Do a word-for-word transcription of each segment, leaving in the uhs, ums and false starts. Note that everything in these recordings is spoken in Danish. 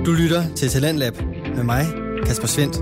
Du lytter til Talentlab med mig, Kasper Svendt.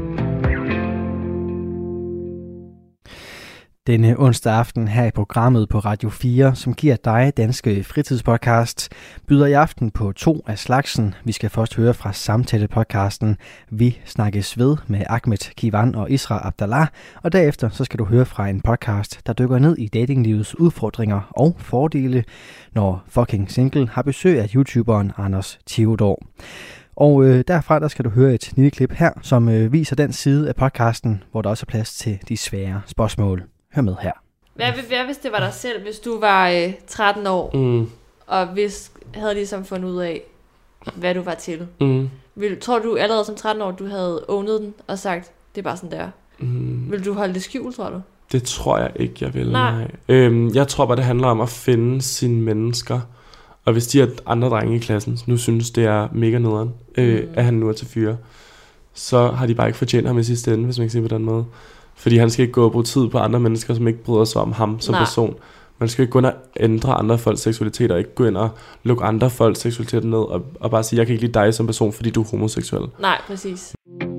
Denne onsdag aften her i programmet på Radio fire, som giver dig Danske Fritidspodcast, byder i aften på to af slagsen. Vi skal først høre fra samtalepodcasten Vi snakkes ved med Ahmed Kivan og Isra Abdallah, og derefter så skal du høre fra en podcast, der dykker ned i datinglivets udfordringer og fordele, når fucking single har besøg af YouTuberen Anders Theodor. Og øh, derfra der skal du høre et lille klip her, som øh, viser den side af podcasten, hvor der også er plads til de svære spørgsmål. Hør med her. Hvad, hvad hvis det var dig selv, hvis du var øh, tretten år, mm. og hvis havde ligesom fundet ud af, hvad du var til? Mm. Vil, tror du allerede som tretten år, du havde ownet den og sagt, det er bare sådan der? Mm. Vil du holde det skjult, tror du? Det tror jeg ikke, jeg vil. Nej. nej. Øhm, jeg tror bare, det handler om at finde sine mennesker. Og hvis de er andre drenge i klassen, nu synes det er mega nederen, øh, mm. at han nu er til fyre, så har de bare ikke fortjent ham i sidste ende, hvis man kan sige på den måde. Fordi han skal ikke gå og bruge tid på andre mennesker, som ikke bryder sig om ham som Nej. person. Man skal ikke gå ind og ændre andre folks seksualitet, og ikke gå ind og lukke andre folks seksualitet ned, og, og bare sige, jeg kan ikke lide dig som person, fordi du er homoseksuel. Nej, præcis.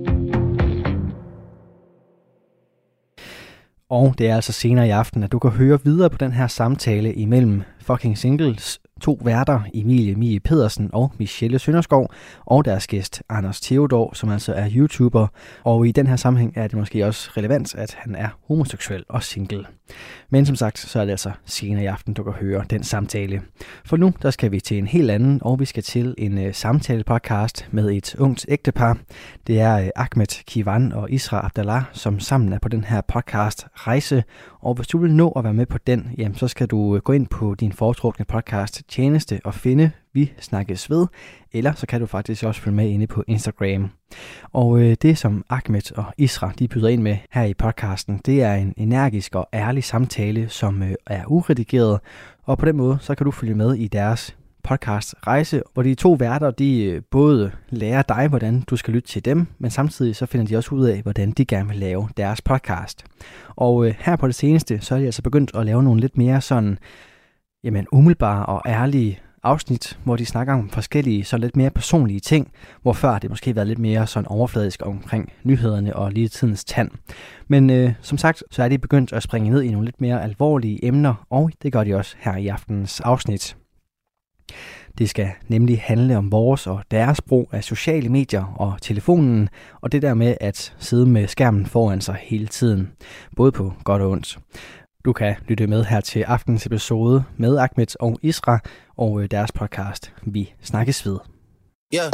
Og det er altså senere i aften, at du kan høre videre på den her samtale imellem fucking singles to værter, Emilie Mie Pedersen og Michelle Sønderskov, og deres gæst Anders Theodor, som altså er YouTuber. Og i den her sammenhæng er det måske også relevant, at han er homoseksuel og single. Men som sagt, så er det altså senere i aften, du kan høre den samtale. For nu, der skal vi til en helt anden, og vi skal til en uh, samtale-podcast med et ungt ægtepar. Det er uh, Ahmed Kivan og Isra Abdallah, som sammen er på den her podcast Rejse. Og hvis du vil nå at være med på den, jamen, så skal du gå ind på din foretrukne podcast tjeneste og finde Vi snakkes ved, eller så kan du faktisk også følge med inde på Instagram. Og øh, det som Ahmed og Isra de byder ind med her i podcasten, det er en energisk og ærlig samtale, som øh, er uredigeret, og på den måde så kan du følge med i deres podcast Rejse, hvor de to værter de øh, både lærer dig, hvordan du skal lytte til dem, men samtidig så finder de også ud af, hvordan de gerne vil lave deres podcast. Og øh, her på det seneste, så er de altså begyndt at lave nogle lidt mere sådan, jamen umiddelbare og ærlige afsnit, hvor de snakker om forskellige, så lidt mere personlige ting, hvor før det måske været lidt mere sådan overfladisk omkring nyhederne og lige tidens tand. Men øh, som sagt, så er de begyndt at springe ned i nogle lidt mere alvorlige emner, og det gør de også her i aftenens afsnit. Det skal nemlig handle om vores og deres brug af sociale medier og telefonen, og det der med at sidde med skærmen foran sig hele tiden, både på godt og ondt. Du kan lytte med her til aftens episode med Ahmed og Isra og deres podcast Vi snakkes ved. Yeah.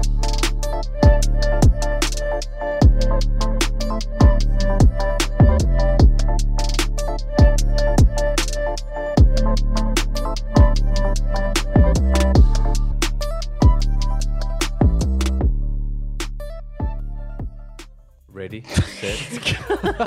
Ready, set.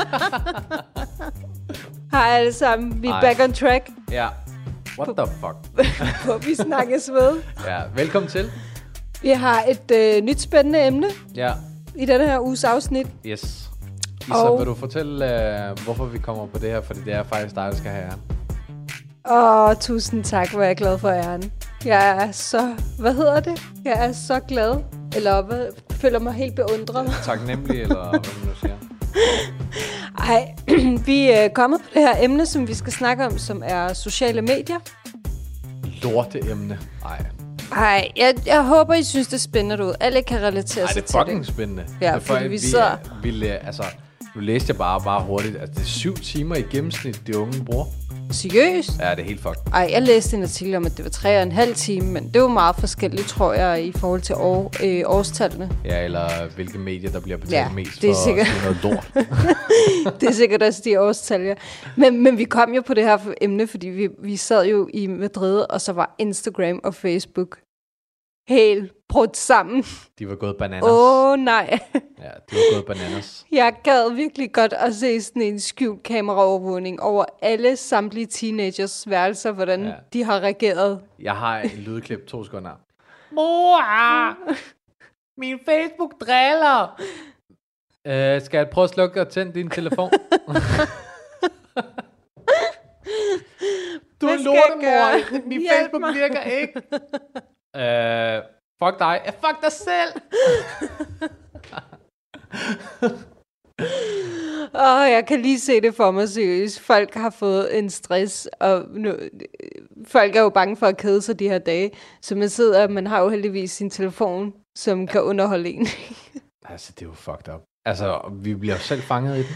Hej alle sammen, vi er Ej. back on track. Ja, what the fuck. Hvor vi snakkes ved. Ja, velkommen til. Vi har et øh, nyt spændende emne ja. i denne her uges afsnit. Yes. Isra, og... vil du fortælle, øh, hvorfor vi kommer på det her, fordi det er faktisk dig, der skal have æren. Åh, tusind tak, hvor jeg er glad for æren. Jeg er så, hvad hedder det? Jeg er så glad, eller hvad, føler mig helt beundret. Taknemmelig, eller hvad man nu siger. Ej, vi er kommet på det her emne, som vi skal snakke om, som er sociale medier. Lorteemne. Ej. Ej, jeg, jeg håber, I synes, det er spændende ud. Alle kan relatere Ej, sig til det. det er fucking spændende. Ja, fordi vi, vi sidder... Vi, vi, altså, nu læste jeg bare, bare hurtigt, at det er syv timer i gennemsnit, de unge bruger. Seriøst? Ja, det er helt fucked. Ej, jeg læste en artikel om, at det var tre og en halv time, men det var meget forskelligt, tror jeg, i forhold til år, øh, årstallene. Ja, eller hvilke medier, der bliver betalt ja, mest det er for sikkert. noget lort. Det er sikkert også de årstal, ja. Men, men vi kom jo på det her emne, fordi vi, vi sad jo i Madrid, og så var Instagram og Facebook helt brudt sammen. De var gået bananas. Åh, oh, nej. Ja, de var gået bananas. Jeg gad virkelig godt at se sådan en skjult kameraovervågning over alle samtlige teenagers værelser, hvordan ja. de har reageret. Jeg har en lydklip, to sekunder. Mor! Min Facebook driller! Øh, skal jeg prøve at slukke og tænde din telefon? Du er lortemor. Min Facebook virker ikke. Øh, Fuck dig. Ja, fuck dig selv. Åh, oh, jeg kan lige se det for mig seriøst. Folk har fået en stress, og nu, folk er jo bange for at kede sig de her dage. Så man sidder, man har jo heldigvis sin telefon, som kan underholde en. Altså, det er jo fucked up. Altså, vi bliver jo selv fanget i det.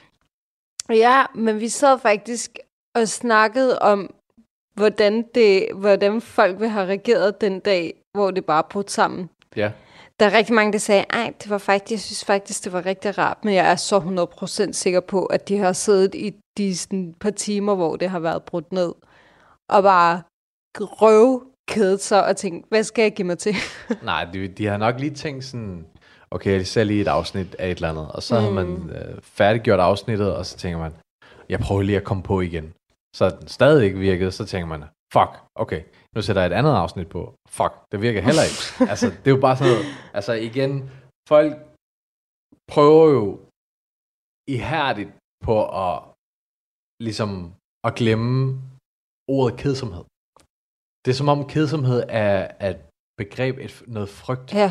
Ja, men vi sad faktisk og snakkede om, hvordan, det, hvordan folk vil have reageret den dag, hvor det bare brød sammen. Ja. Der er rigtig mange, der sagde, ej, det var faktisk, jeg synes faktisk, det var rigtig rart, men jeg er så hundrede procent sikker på, at de har siddet i de sådan, par timer, hvor det har været brudt ned, og bare røvkædet sig og tænkt, hvad skal jeg give mig til? Nej, de, de har nok lige tænkt sådan, okay, jeg ser lige et afsnit af et eller andet, og så mm. har man øh, færdiggjort afsnittet, og så tænker man, jeg prøver lige at komme på igen. Så den stadig ikke virkede, så tænker man, fuck, okay, nu sætter jeg et andet afsnit på. Fuck, det virker heller ikke. Altså, det er jo bare sådan noget, altså igen, folk prøver jo ihærdigt på at, ligesom, at glemme ordet kedsomhed. Det er som om kedsomhed er, er et begreb, et, noget frygt. Ja.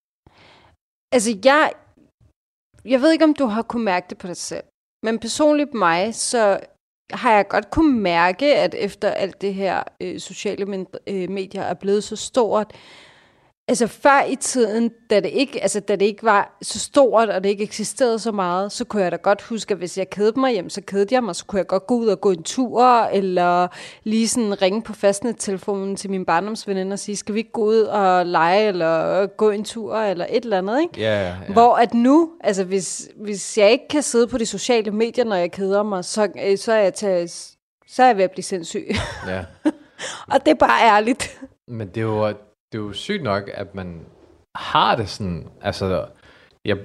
Altså, jeg, jeg ved ikke, om du har kunne mærke det på dig selv, men personligt på mig, så har jeg godt kunne mærke, at efter alt det her øh, sociale medier er blevet så stort, altså før i tiden, da det ikke, altså da det ikke var så stort, og det ikke eksisterede så meget, så kunne jeg da godt huske, at hvis jeg kedede mig hjem, så kedede jeg mig, så kunne jeg godt gå ud og gå en tur, eller lige sådan ringe på fastnettelefonen til min barndomsveninde og sige, skal vi ikke gå ud og lege, eller gå en tur, eller et eller andet, ikke? Ja, ja, ja. Hvor at nu, altså hvis, hvis jeg ikke kan sidde på de sociale medier, når jeg keder mig, så, så, er, jeg til, så er jeg ved at blive sindssyg. Ja. Og det er bare ærligt. Men det er jo... Det er jo sygt nok, at man har det sådan, altså, jeg,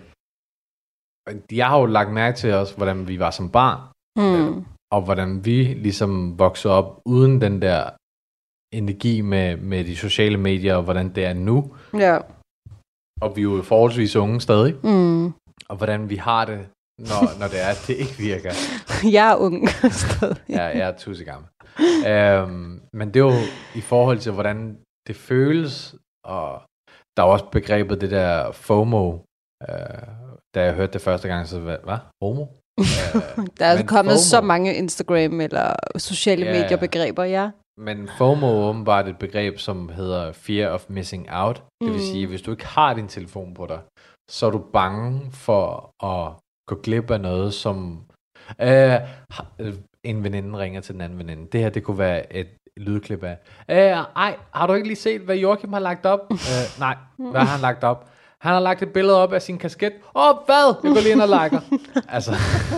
jeg har jo lagt mærke til også, hvordan vi var som barn, mm. og hvordan vi ligesom voksede op uden den der energi med, med de sociale medier, og hvordan det er nu. Ja. Og vi er jo forholdsvis unge stadig, mm. og hvordan vi har det, når, når det er, at det ikke virker. Jeg er ung stadig. Ja, jeg er tusind gammel. øhm, men det er jo i forhold til, hvordan det føles, og der er også begrebet det der FOMO, øh, da jeg hørte det første gang, så hvad? Hva? Homo? Øh, der er kommet FOMO. Så mange Instagram eller sociale ja, medier begreber, ja. Men FOMO er åbenbart et begreb, som hedder Fear of Missing Out. Mm. Det vil sige, hvis du ikke har din telefon på dig, så er du bange for at gå glip af noget, som øh, en veninde ringer til den anden veninde. Det her, det kunne være et lydklip af. Øh, ej, har du ikke lige set, hvad Joachim har lagt op? øh, nej, hvad har han lagt op? Han har lagt et billede op af sin kasket. Åh, oh, hvad? Jeg går lige ind og liker. altså.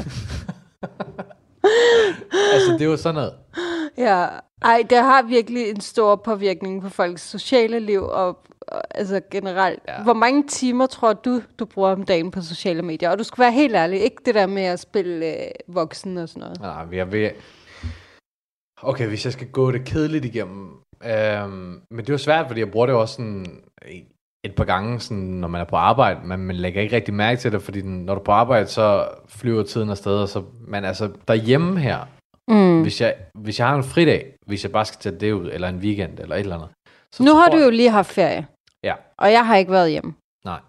altså, det er jo sådan noget. Ja, ej, det har virkelig en stor påvirkning på folks sociale liv, og, og altså generelt. Ja. Hvor mange timer tror du, du bruger om dagen på sociale medier? Og du skal være helt ærlig, ikke det der med at spille øh, voksen og sådan noget. Nej, jeg vil... Okay, hvis jeg skal gå det kedeligt igennem. Øhm, men det er jo svært, fordi jeg bruger det også sådan et par gange, sådan, når man er på arbejde. Men man lægger ikke rigtig mærke til det, fordi den, når du er på arbejde, så flyver tiden afsted. Og så, men altså, derhjemme her, mm. hvis, jeg, hvis jeg har en fridag, hvis jeg bare skal tage det ud, eller en weekend, eller et eller andet. Så nu har du jo lige haft ferie. Ja. Og jeg har ikke været hjemme. Nej.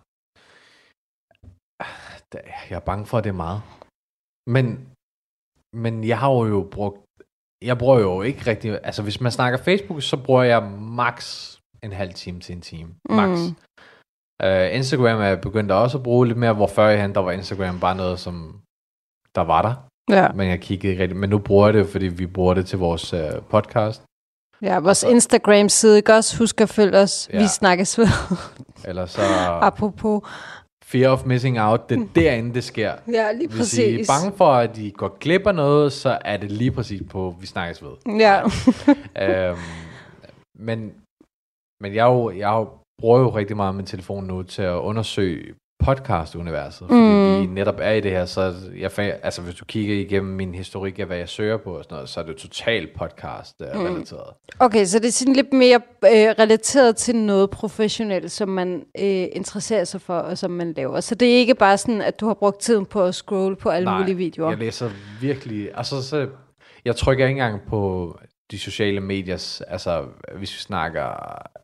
Jeg er bange for, at det er meget. Men, men jeg har jo brugt Jeg bruger jo ikke rigtig... Altså, hvis man snakker Facebook, så bruger jeg max en halv time til en time. Max. Mm. Uh, Instagram er jeg begyndt også at bruge lidt mere, hvor førhen, der var Instagram bare noget, som der var der. Ja. Men jeg kiggede ikke rigtig. Men nu bruger jeg det, fordi vi bruger det til vores uh, podcast. Ja, vores så, Instagram-side, ikke også? Husk at følge os. Ja. Vi snakkes ved. Eller så... Apropos... Fear of missing out, det er derinde, det sker. Ja, lige præcis. Hvis I er bange for, at I går glip af noget, så er det lige præcis på, vi snakkes ved. Ja. øhm, men men jeg, jo, jeg bruger jo rigtig meget min telefon nu til at undersøge podcast-universet, fordi mm. vi netop er i det her, så jeg, altså hvis du kigger igennem min historik af, hvad jeg søger på og sådan noget, så er det totalt podcast-relateret. Mm. Okay, så det er sådan lidt mere øh, relateret til noget professionelt, som man øh, interesserer sig for, og som man laver. Så det er ikke bare sådan, at du har brugt tiden på at scrolle på alle Nej, mulige videoer. jeg læser virkelig, altså så, jeg trykker ikke engang på de sociale mediers, altså hvis vi snakker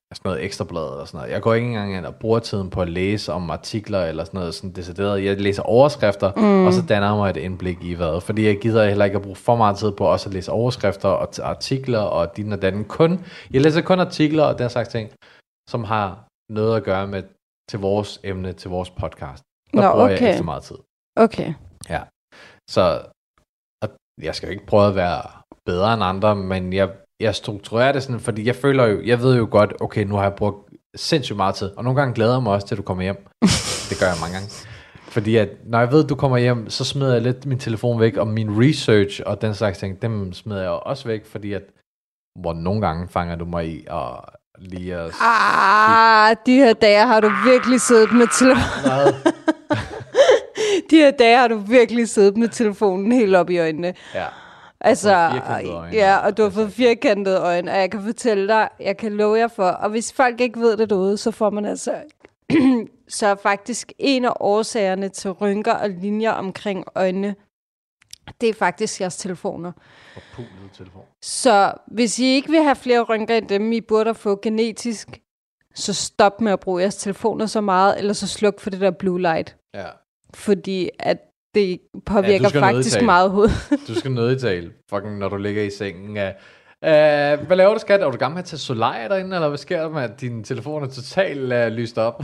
sådan noget ekstrablad og sådan noget. Jeg går ikke engang ind og bruger tiden på at læse om artikler eller sådan noget sådan decideret. Jeg læser overskrifter, mm. og så danner jeg mig et indblik i hvad. Fordi jeg gider heller ikke at bruge for meget tid på også at læse overskrifter og t- artikler og din og den. Kun, jeg læser kun artikler og den slags ting, som har noget at gøre med til vores emne, til vores podcast. Der Nå, bruger okay. jeg ekstra meget tid. Okay. Ja. Så og jeg skal jo ikke prøve at være bedre end andre, men jeg, jeg strukturerer det sådan, fordi jeg føler jo, jeg ved jo godt, okay, nu har jeg brugt sindssygt meget tid, og nogle gange glæder jeg mig også til, at du kommer hjem. Det gør jeg mange gange. Fordi at, når jeg ved, at du kommer hjem, så smider jeg lidt min telefon væk, og min research og den slags ting, dem smider jeg også væk, fordi at, hvor nogle gange fanger du mig i, og lige at... Ah, de her dage har du virkelig siddet med telefonen. De her dage har du virkelig siddet med telefonen helt op i øjnene. Ja. Altså, øjne, ja, og du har fået firkantede øjne, og jeg kan fortælle dig, jeg kan love jer for, og hvis folk ikke ved det derude, så får man altså, så er faktisk en af årsagerne til rynker og linjer omkring øjnene, det er faktisk jeres telefoner. Og pulede telefon. Så hvis I ikke vil have flere rynker end dem, I burde få genetisk, så stop med at bruge jeres telefoner så meget, eller så sluk for det der blue light. Ja. Fordi at det påvirker ja, faktisk meget hovedet. Du skal nødtale, fucking, når du ligger i sengen. Uh, uh, hvad laver du, skat? Er du gammel med at tage solarier derinde, eller hvad sker der med, at din telefon er totalt uh, lyst op?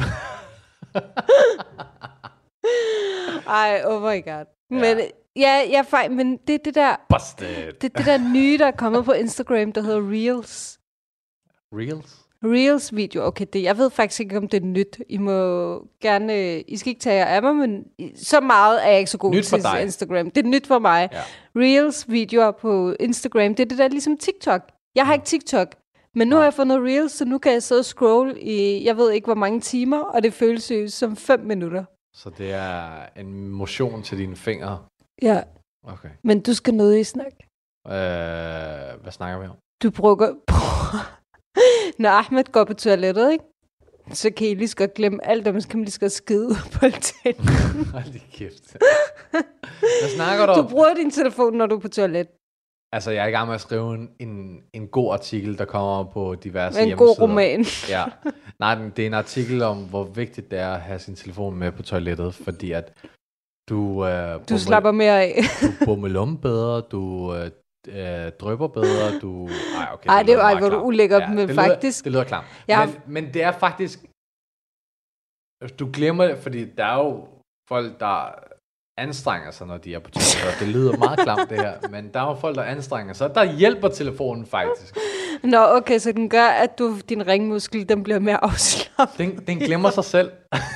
Ej, oh my god. Men ja, ja, fej, men det er det der... Busted. Det er det der nye, der er kommet på Instagram, der hedder Reels. Reels? Reels video, okay, det, jeg ved faktisk ikke, om det er nyt. I må gerne, I skal ikke tage jer af mig, men så meget er jeg ikke så god nyt til dig. Instagram. Det er nyt for mig. Ja. Reels videoer på Instagram, det er det der ligesom TikTok. Jeg har ikke TikTok, men nu ja. har jeg fundet Reels, så nu kan jeg sidde og scroll i, jeg ved ikke hvor mange timer, og det føles jo som fem minutter. Så det er en motion til dine fingre? Ja. Okay. Men du skal noget i snak. Øh, hvad snakker vi om? Du bruger... Når Ahmed går på toilettet, ikke? Så kan I lige så godt glemme alt, og så kan man lige så godt skide ud på altanen. Hold lige kæft. Hvad snakker du om? Du bruger din telefon, når du er på toilet. Altså, jeg er i gang med at skrive en, en, en god artikel, der kommer på diverse en hjemmesider. En god roman. Ja. Nej, det er en artikel om, hvor vigtigt det er at have sin telefon med på toilettet, fordi at du... Øh, du bummel, slapper mere af. du bummelum bedre, du... Øh, Øh, drøber bedre, du... Ej, okay, Ej, det, det var hvor du ulækker ja, men det faktisk... Lyder, det lyder klart. Ja. Men, men det er faktisk... Du glemmer det, fordi der er jo folk, der anstrenger sig, når de er på toilettet. Det lyder meget klamt, det her. Men der er jo folk, der anstrenger sig. Der hjælper telefonen faktisk. Nå, okay, så den gør, at du, din ringmuskel, den bliver mere afslappet. Den, den glemmer sig selv.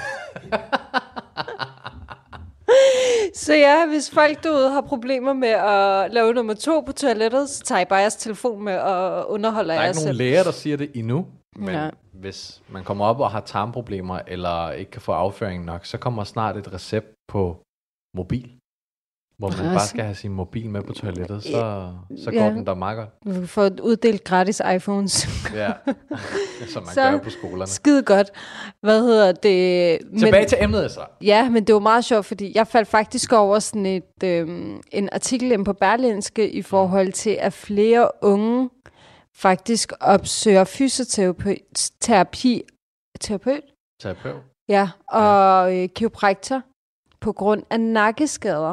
Så ja, hvis folk derude har problemer med at lave nummer to på toilettet, så tager I bare jeres telefon med og underholder jer selv. Der er ikke nogen læger, der siger det endnu, men ja. Hvis man kommer op og har tarmproblemer, eller ikke kan få afføring nok, så kommer snart et recept på mobil, hvor man bare skal have sin mobil med på toilettet, så, så går ja. den der meget godt. Du kan få uddelt gratis iPhones. Ja, som man så, gør på skolerne. Skide godt. Hvad hedder det? Tilbage men, til emnet, så. Ja, men det var meget sjovt, fordi jeg faldt faktisk over sådan et, øhm, en artikel inde på Berlingske i forhold til, at flere unge faktisk opsøger fysioterapi, terapi, terapeut? Terapeut? Ja, og ja. Øh, kiropraktor på grund af nakkeskader.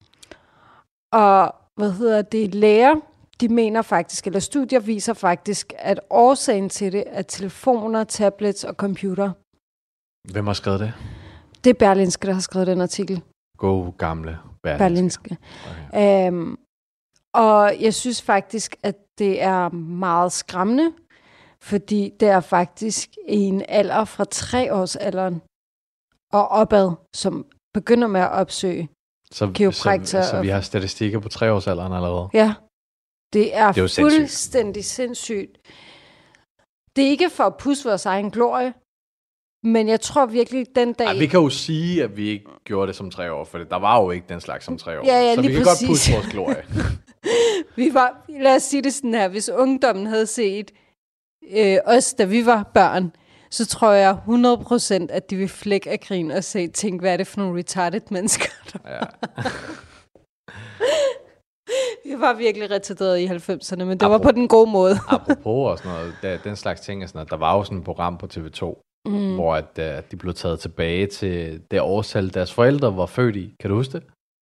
Og hvad hedder det, læger, de mener faktisk, eller studier viser faktisk, at årsagen til det er telefoner, tablets og computer. Hvem har skrevet det? Det er Berlingske, der har skrevet den artikel. God gamle Berlingske. Berlingske. Okay. Øhm, og jeg synes faktisk, at det er meget skræmmende, fordi det er faktisk en alder fra tre års alderen og opad, som begynder med at opsøge så, kiropraktor. Så, så vi har statistikker på tre års alderen allerede? Ja, det er, det er fuldstændig sindssygt. Det er ikke for at pusse vores egen glorie, men jeg tror virkelig, den dag... Ej, vi kan jo sige, at vi ikke gjorde det som tre år, for der var jo ikke den slags som tre år. Ja, ja, så vi kan præcis. godt pusse vores glorie. vi var, lad os sige det sådan her, hvis ungdommen havde set øh, os, da vi var børn, så tror jeg hundrede procent, at de vil flække af grin og se, tænk, hvad er det for nogle retarded mennesker, der ja. Vi var virkelig retarderet i halvfemserne, men det Apropos, var på den gode måde. Apropos og sådan noget, der, den slags ting og sådan noget, der var jo sådan et program på T V to, mm. hvor at, uh, de blev taget tilbage til det årstal, deres forældre var født i. Kan du huske det?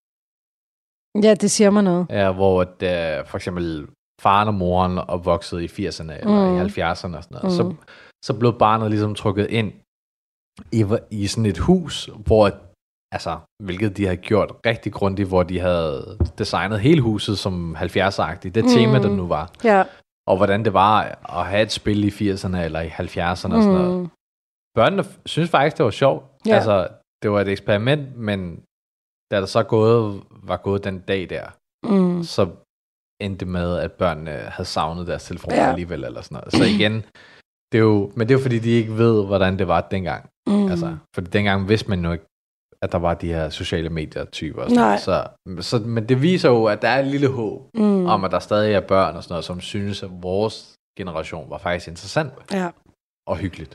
Ja, det siger mig noget. Ja, hvor at, uh, for eksempel faren og moren opvoksede i firserne eller mm. i halvfjerdserne og sådan noget. Mm. Så, så blev barnet ligesom trukket ind i, i sådan et hus, hvor altså, hvilket de havde gjort rigtig grundigt, hvor de havde designet hele huset som halvfjerdseragtigt. Det mm. tema, der nu var. Ja. Og hvordan det var at have et spil i firserne eller i halvfjerdserne og sådan noget. Mm. Børnene synes faktisk, det var sjovt. Ja. Altså, det var et eksperiment, men da der så gået, var gået den dag der, mm. så endte med, at børnene havde savnet deres telefoner ja. alligevel eller sådan noget. Så igen, det er jo, men det er jo fordi, de ikke ved, hvordan det var dengang. Mm. Altså, for dengang vidste man jo ikke, at der var de her sociale medier-typer. Så, så, men det viser jo, at der er et lille håb mm. om, at der stadig er børn og sådan noget, som synes, at vores generation var faktisk interessant ja. og hyggeligt.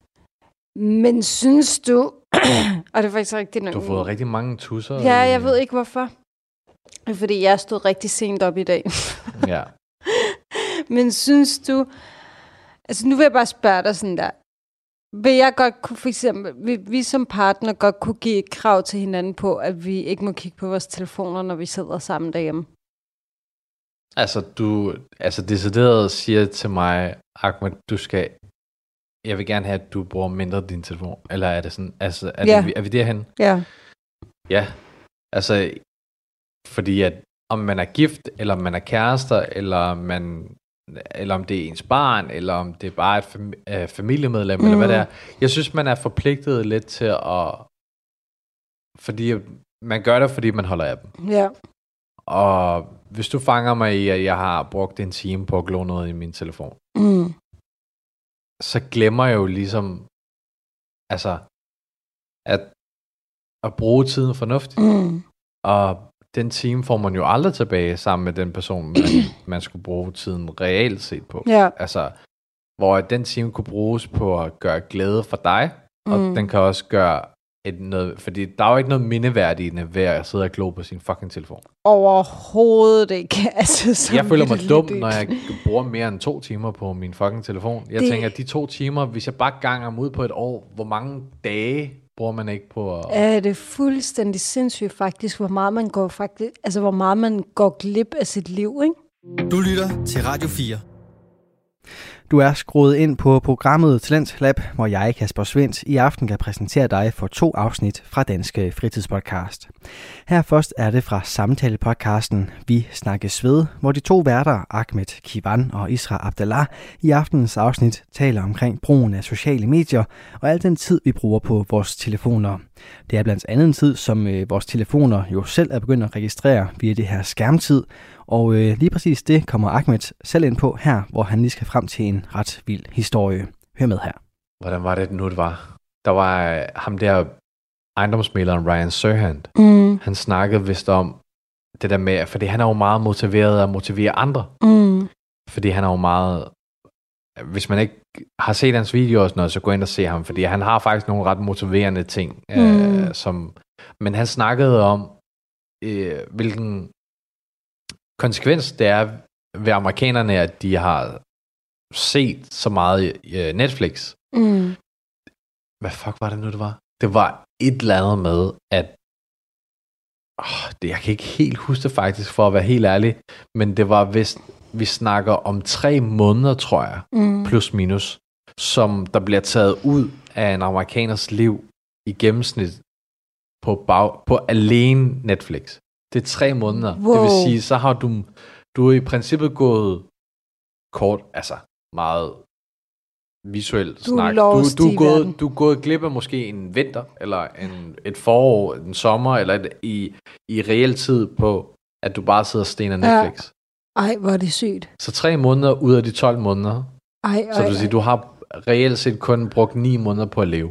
Men synes du, og det er faktisk rigtigt nok. Du har fået rigtig mange tusser. Ja, jeg ved ikke hvorfor. Fordi jeg stod rigtig sent op i dag. Ja. Men synes du, altså nu vil jeg bare spørge dig sådan der, vil jeg godt kunne, for eksempel, vil vi som partner godt kunne give et krav til hinanden på, at vi ikke må kigge på vores telefoner, når vi sidder sammen derhjemme? Altså, du, altså decideret siger til mig, Ahmed, du skal, jeg vil gerne have, at du bruger mindre din telefon. Eller er det sådan, altså, er, ja. det, er vi derhen? Ja. Ja, altså, fordi at om man er gift, eller man er kærester, eller man, eller om det er ens barn, eller om det er bare et fam- øh, familiemedlem, mm. eller hvad det er. Jeg synes, man er forpligtet lidt til at, fordi man gør det, fordi man holder af dem. Ja. Og hvis du fanger mig i, at jeg har brugt en time på at glå noget i min telefon, mm. så glemmer jeg jo ligesom, altså, at, at bruge tiden fornuftigt. Mm. Og den time får man jo aldrig tilbage sammen med den person, man, man skulle bruge tiden reelt set på. Ja. Altså, hvor den time kunne bruges på at gøre glæde for dig, og mm. den kan også gøre et noget, fordi der er jo ikke noget mindeværdigende ved at sidde og glo på sin fucking telefon. Overhovedet ikke. Altså, jeg føler mig dum, når jeg bruger mere end to timer på min fucking telefon. Jeg det... tænker, at de to timer, hvis jeg bare ganger dem ud på et år, hvor mange dage bruger man ikke på at... Er det fuldstændig sindssygt faktisk, hvor meget man går faktisk, altså hvor meget man går glip af sit liv, ikke? Du lytter til Radio fire. Du er skruet ind på programmet Talent Lab, hvor jeg, Kasper Svendt, i aften kan præsentere dig for to afsnit fra Danske Fritidspodcast. Her først er det fra samtalepodcasten Vi Snakkes Ved, hvor de to værter, Ahmed Kivan og Isra Abdallah, i aftenens afsnit taler omkring brugen af sociale medier og al den tid, vi bruger på vores telefoner. Det er blandt andet en tid, som øh, vores telefoner jo selv er begyndt at registrere via det her skærmtid, og øh, lige præcis det kommer Ahmed selv ind på her, hvor han lige skal frem til en ret vild historie. Hør med her. Hvordan var det nu, det var? Der var øh, ham der ejendomsmæleren Ryan Serhant. Mm. Han snakkede vist om det der med, fordi han er jo meget motiveret at motivere andre. Mm. Fordi han er jo meget... Hvis man ikke har set hans videoer og sådan noget, så gå ind og se ham, fordi han har faktisk nogle ret motiverende ting. Mm. Øh, som, men han snakkede om, øh, hvilken konsekvens det er ved amerikanerne, at de har set så meget øh, Netflix. Mm. Hvad fuck var det nu, det var? Det var et eller andet med, at åh, det, jeg kan ikke helt huske det faktisk, for at være helt ærlig, men det var vist, vi snakker om tre måneder, tror jeg, mm. plus minus, som der bliver taget ud af en amerikaners liv i gennemsnit på, bag, på alene Netflix. Det er tre måneder. Wow. Det vil sige, så har du, du er i princippet gået kort, altså meget visuelt du snak. Du, du, er gået, du er gået glip af måske en vinter, eller en, et forår, en sommer, eller et, i, i reel tid på, at du bare sidder og stener Netflix. Ja. Ej, hvor er det sygt. Så tre måneder ud af de tolv måneder. Ej, ej, så det vil sige, du har reelt set kun brugt ni måneder på at leve.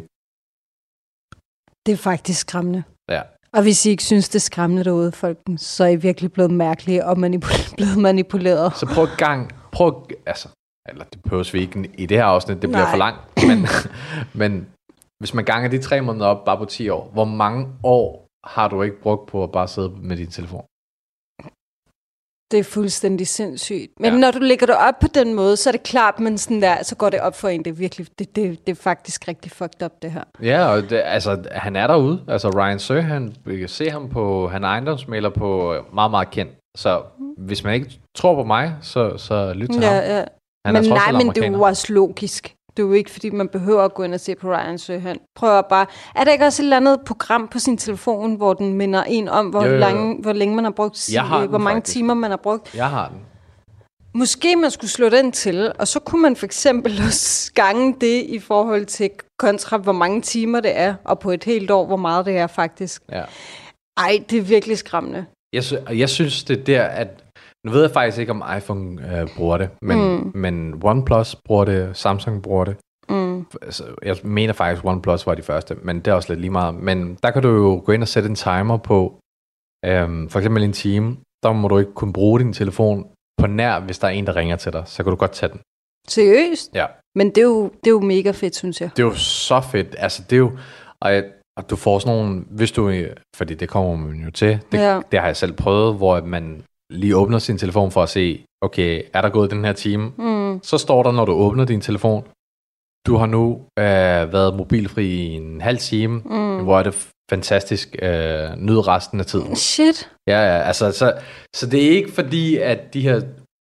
Det er faktisk skræmmende. Ja. Og hvis I ikke synes, det er skræmmende derude, folkens, så er I virkelig blevet mærkelige og manipul- blevet manipuleret. Så prøv gang, prøv, altså, eller det behøves vi ikke i det her afsnit, det bliver Nej. for langt, men, men hvis man ganger de tre måneder op bare på ti år, hvor mange år har du ikke brugt på at bare sidde med din telefon? Det er fuldstændig sindssygt. Men Ja. når du lægger det op på den måde, så er det klart, men sådan der, så går det op for en. Det er virkelig, det, det, det er faktisk rigtig fucked up, det her. Ja, og det, altså, han er derude. Altså, Ryan Serhant, vi kan se ham på, han er ejendomsmægler på meget, meget kendt. Så hvis man ikke tror på mig, så, så lyt til Ja, ham. ja. Han Men er nej, men det er amerikaner. jo også logisk. Det er jo ikke, fordi man behøver at gå ind og se på Ryan Serhant. Prøv bare... Er der ikke også et eller andet program på sin telefon, hvor den minder en om, hvor, Jo, jo, jo. Lange, hvor længe man har brugt, Jeg har den hvor mange faktisk. timer man har brugt? Jeg har den. Måske man skulle slå den til, og så kunne man for eksempel også gange det i forhold til kontra, hvor mange timer det er, og på et helt år, hvor meget det er faktisk. Ja. Ej, det er virkelig skræmmende. Jeg, sy- og jeg synes, det er der, at... Nu ved jeg faktisk ikke, om iPhone øh, bruger det, men, mm. men OnePlus bruger det, Samsung bruger det. Mm. Altså, jeg mener faktisk, OnePlus var de første, men det er også lidt lige meget. Men der kan du jo gå ind og sætte en timer på, øhm, for eksempel en time. Der må du ikke kunne bruge din telefon på nær, hvis der er en, der ringer til dig. Så kan du godt tage den. Seriøst? Ja. Men det er, jo, det er jo mega fedt, synes jeg. Det er jo så fedt. Altså, det er jo... Og, jeg, og du får sådan nogle... Hvis du... Fordi det kommer man jo til. Det, Ja. det har jeg selv prøvet, hvor man lige åbner sin telefon for at se, okay, er der gået den her time? Mm. Så står der, når du åbner din telefon, du har nu øh, været mobilfri i en halv time, mm. hvor er det fantastisk. Øh, nyd resten af tiden. Shit. Ja, ja, altså, så, så det er ikke fordi, at de her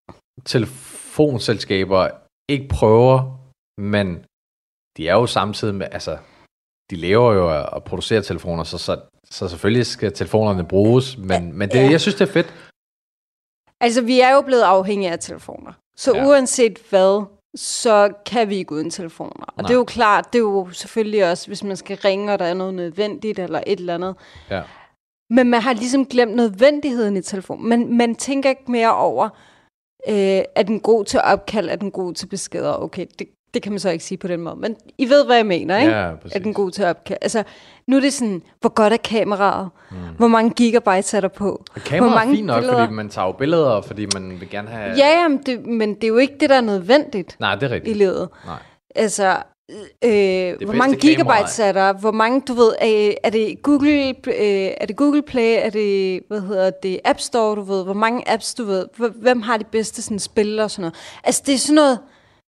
telefonselskaber ikke prøver, men de er jo samtidig med, altså, de lever jo af at producere telefoner, så, så, så selvfølgelig skal telefonerne bruges, men, men det, Ja. jeg synes, det er fedt. Altså, vi er jo blevet afhængige af telefoner. Så Ja. ja. uanset hvad, så kan vi ikke uden telefoner. Og Nej. det er jo klart, det er jo selvfølgelig også, hvis man skal ringe, og der er noget nødvendigt, eller et eller andet. Ja. Men man har ligesom glemt nødvendigheden i telefonen. Man, man tænker ikke mere over, øh, er den god til opkald, er den god til beskeder? Okay, det, det kan man så ikke sige på den måde. Men I ved, hvad jeg mener, ikke? Ja, præcis. Er den god til opkald? Altså, nu er det sådan, hvor godt er kameraet? Mm. Hvor mange gigabytes er der på? Og kameraet Hvor er mange fint nok, billeder? fordi man tager jo billeder, fordi man vil gerne have... Ja, jamen, det, men det er jo ikke det, der er nødvendigt Nej, det er i rigtigt. livet. Nej. Altså, øh, hvor mange bedste kamera- gigabytes er der? Hvor mange, du ved, er, er det Google, øh, er det Google Play? Er det, hvad hedder det, App Store, du ved? Hvor mange apps, du ved? Hvem har de bedste sådan, spil og sådan noget? Altså, det er sådan noget...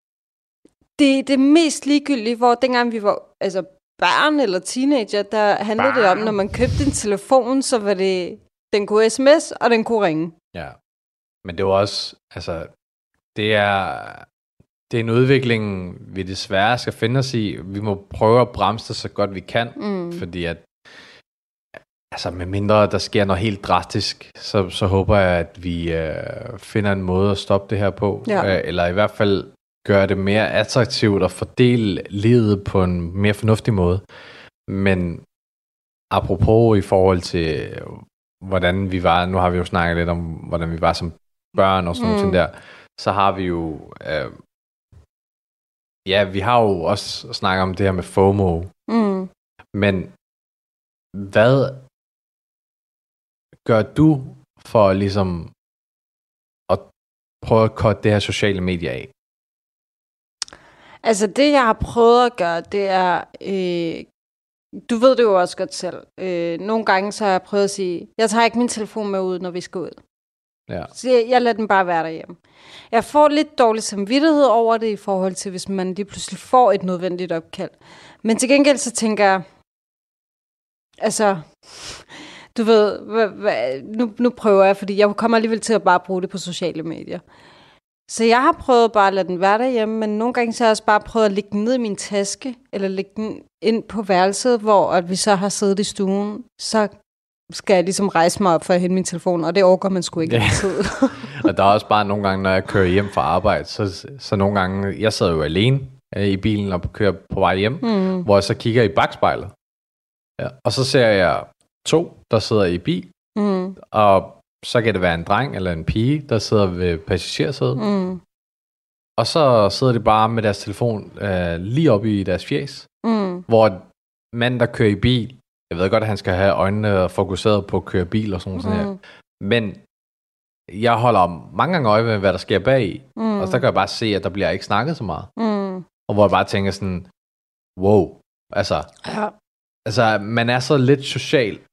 Det, det er mest ligegyldigt, hvor dengang vi var altså, børn eller teenager, der handlede barn. det om, når man købte en telefon, så var det, den kunne sms, og den kunne ringe. Ja. Men det var også, altså, det er, det er en udvikling, vi desværre skal finde os i. Vi må prøve at bremse det så godt vi kan, mm. fordi at, altså med mindre der sker noget helt drastisk, så, så håber jeg, at vi øh, finder en måde at stoppe det her på, Ja. øh, eller i hvert fald gøre det mere attraktivt at fordele livet på en mere fornuftig måde. Men apropos i forhold til, hvordan vi var, nu har vi jo snakket lidt om, hvordan vi var som børn og sådan mm. noget der, så har vi jo, øh, ja, vi har jo også snakket om det her med FOMO. Mm. Men hvad gør du for ligesom at prøve at cutte det her sociale medier af? Altså det, jeg har prøvet at gøre, det er, øh, du ved det jo også godt selv. Øh, nogle gange så har jeg prøvet at sige, jeg tager ikke min telefon med ud, når vi skal ud. Ja. Så jeg, jeg lader den bare være derhjemme. Jeg får lidt dårlig samvittighed over det, i forhold til, hvis man lige pludselig får et nødvendigt opkald. Men til gengæld så tænker jeg, altså, du ved, hva, hva, nu, nu prøver jeg, fordi jeg kommer alligevel til at bare bruge det på sociale medier. Så jeg har prøvet bare at lade den være derhjemme, men nogle gange så har jeg også bare prøvet at lægge den ned i min taske, eller lægge den ind på værelset, hvor at vi så har siddet i stuen. Så skal jeg ligesom rejse mig op for at hente min telefon, og det overgår man sgu ikke Ja. altid. Og der er også bare nogle gange, når jeg kører hjem fra arbejde, så, så nogle gange, jeg sidder jo alene øh, i bilen og kører på vej hjem, mm. hvor jeg så kigger i bagspejlet. Ja. Og så ser jeg to, der sidder i bil, mm. og så kan det være en dreng eller en pige, der sidder ved passagersædet. Mm. Og så sidder de bare med deres telefon øh, lige oppe i deres fjes, mm. hvor manden, der kører i bil, jeg ved godt, at han skal have øjnene fokuseret på at køre bil og sådan, mm. sådan her. Men jeg holder mange gange øje med, hvad der sker bag. Mm. Og så kan jeg bare se, at der bliver ikke snakket så meget. Mm. Og hvor jeg bare tænker sådan, wow. Altså, ja. altså man er så lidt social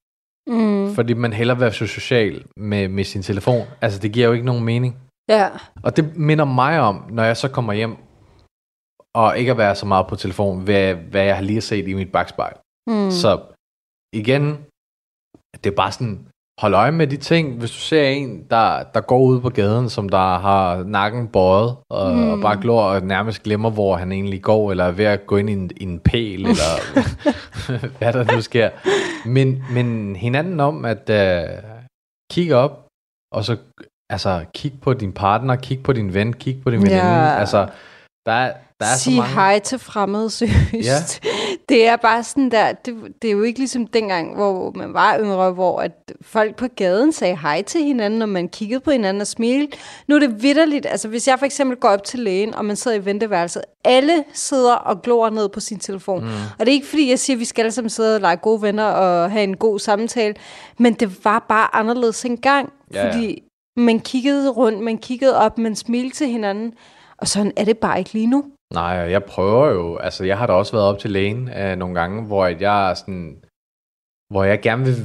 Mm. Fordi man hellere vil være så social med, med sin telefon. Altså, det giver jo ikke nogen mening. Ja. Og det minder mig om, når jeg så kommer hjem, og ikke at være så meget på telefon, hvad, hvad jeg har lige set i mit bagspejl. Mm. Så igen, det er bare sådan, hold øje med de ting. Hvis du ser en, der, der går ud på gaden, som der har nakken bøjet, og, mm. og bare glor og nærmest glemmer, hvor han egentlig går, eller er ved at gå ind i en, i en pæl, eller hvad der nu sker. Men, men hinanden om at uh, kigge op, og så altså, kig på din partner, kig på din ven, kig på din veninde. Ja. Altså, der er, der er Sig så mange... hej til fremmede, seriøst. Ja. Det er bare sådan der, det, det er jo ikke ligesom dengang, hvor man var yngre, hvor at folk på gaden sagde hej til hinanden, og man kiggede på hinanden og smilte. Nu er det vitterligt, altså hvis jeg for eksempel går op til lægen, og man sidder i venteværelset, alle sidder og glor ned på sin telefon. Mm. Og det er ikke fordi, jeg siger, at vi skal alle sammen sidde og lege gode venner og have en god samtale, men det var bare anderledes engang, ja, fordi ja. man kiggede rundt, man kiggede op, man smilte til hinanden, og sådan er det bare ikke lige nu. Nej, jeg prøver jo, altså jeg har da også været op til lægen øh, nogle gange, hvor jeg er sådan, hvor jeg gerne vil,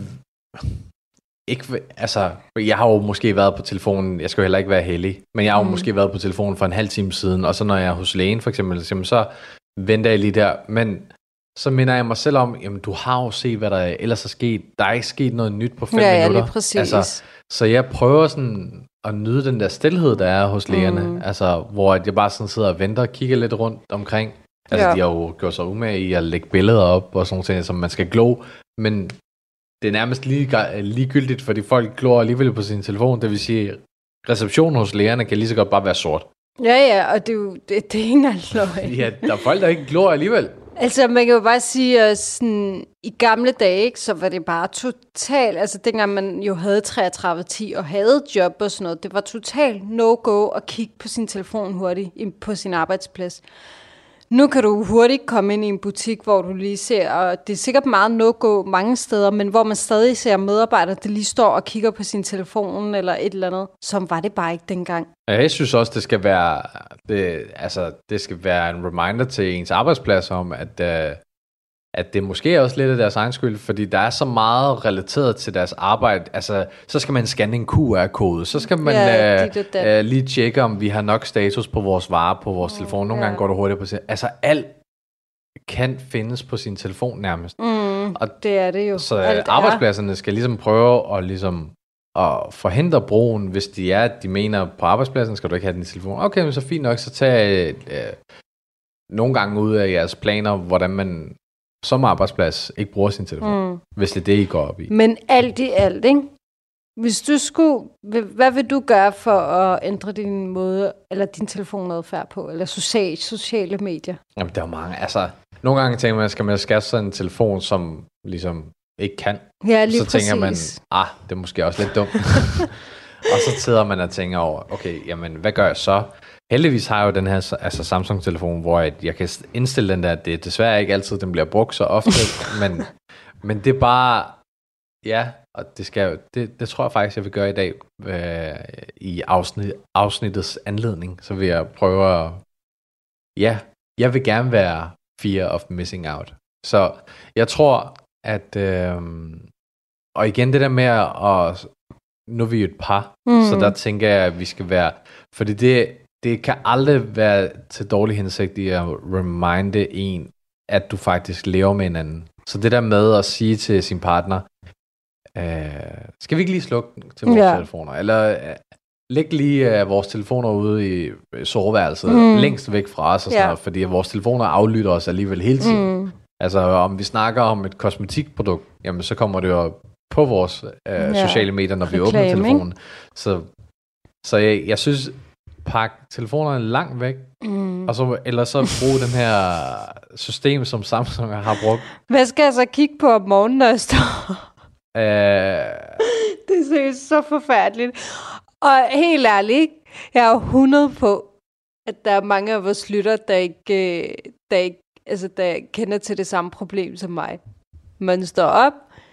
ikke, altså jeg har jo måske været på telefonen, jeg skal jo heller ikke være heldig, men jeg har jo mm. måske været på telefonen for en halv time siden, og så når jeg er hos lægen for eksempel, så venter jeg lige der, men så minder jeg mig selv om, jamen du har jo set, hvad der ellers er sket, der er ikke sket noget nyt på fem ja, minutter. Ja, lige præcis. Altså, så jeg prøver sådan at nyde den der stilhed, der er hos lægerne. Mm. Altså, hvor jeg bare sådan sidder og venter og kigger lidt rundt omkring. Altså, ja. de har jo gjort sig umage i at lægge billeder op og sådan noget, som man skal glo. Men det er nærmest lige, ligegyldigt, fordi folk glor alligevel på sin telefon. Det vil sige, receptionen hos lægerne kan lige så godt bare være sort. Ja, ja, og det er jo det, det er ikke engang løgn. Ja, der er folk, der ikke glor alligevel. Altså, man kan jo bare sige, at sådan, i gamle dage, ikke, så var det bare totalt, altså dengang man jo havde treogtredive ti og havde job og sådan noget, det var totalt no-go at kigge på sin telefon hurtigt på sin arbejdsplads. Nu kan du hurtigt komme ind i en butik, hvor du lige ser, og det er sikkert meget no-go mange steder, men hvor man stadig ser medarbejdere, der lige står og kigger på sin telefon eller et eller andet. Som var det bare ikke dengang. Jeg synes også, det skal være, det, altså, det skal være en reminder til ens arbejdsplads om, at, uh, at det måske er også lidt af deres egen skyld, fordi der er så meget relateret til deres arbejde. Altså, så skal man scanne en Q R-kode, så skal man ja, uh, uh, lige tjekke, om vi har nok status på vores varer på vores mm, telefon. Nogle ja. gange går det hurtigt på sin... Altså, alt kan findes på sin telefon nærmest. Mm, og det er det jo. Så alt arbejdspladserne er. skal ligesom prøve at ligesom... og forhindre brugen, hvis de er, at de mener, på arbejdspladsen skal du ikke have din telefon. Okay, men så fint nok, så tag øh, nogle gange ud af jeres planer, hvordan man som arbejdsplads ikke bruger sin telefon, mm. hvis det er det, I går op i. Men alt i alt, ikke? Hvis du skulle, hvad vil du gøre for at ændre din måde, eller din telefonadfærd på, eller social, sociale medier? Jamen, der er mange. Altså, nogle gange tænker man, skal man skaffe sådan en telefon, som ligesom ikke kan. Ja, lige så tænker præcis. man, ah, det er måske også lidt dumt. Og så sidder man og tænker over, okay, jamen, hvad gør jeg så? Heldigvis har jeg jo den her altså Samsung-telefon, hvor jeg, jeg kan indstille den der, det er desværre ikke altid, den bliver brugt så ofte, men, men det er bare, ja, og det skal det, det tror jeg faktisk, jeg vil gøre i dag, øh, i afsnit, afsnittets anledning, så vil jeg prøve at, ja, jeg vil gerne være fear of missing out. Så jeg tror, at, øh, og igen det der med at, nu er vi jo et par, mm. så der tænker jeg, at vi skal være, fordi det, det kan aldrig være til dårlig hensigt i at reminde en, at du faktisk lever med hinanden. Så det der med at sige til sin partner, øh, skal vi ikke lige slukke til vores ja. telefoner, eller øh, læg lige øh, vores telefoner ude i soveværelset, mm. længst væk fra os, og sådan ja. noget, fordi vores telefoner aflytter os alligevel hele tiden. Mm. Altså om vi snakker om et kosmetikprodukt, jamen så kommer det jo på vores øh, ja. sociale medier, når vi Reklame, åbner telefonen. Ikke? Så, så jeg, jeg synes, pak telefonerne langt væk, mm. og så, eller så bruge den her system, som Samsung har brugt. Hvad skal jeg så kigge på om morgenen, når jeg står? Øh... Det er seriøst så forfærdeligt. Og helt ærligt, jeg er hundrede på, at der er mange af vores lytter, der ikke, der ikke altså, der kender til det samme problem som mig. Man står op,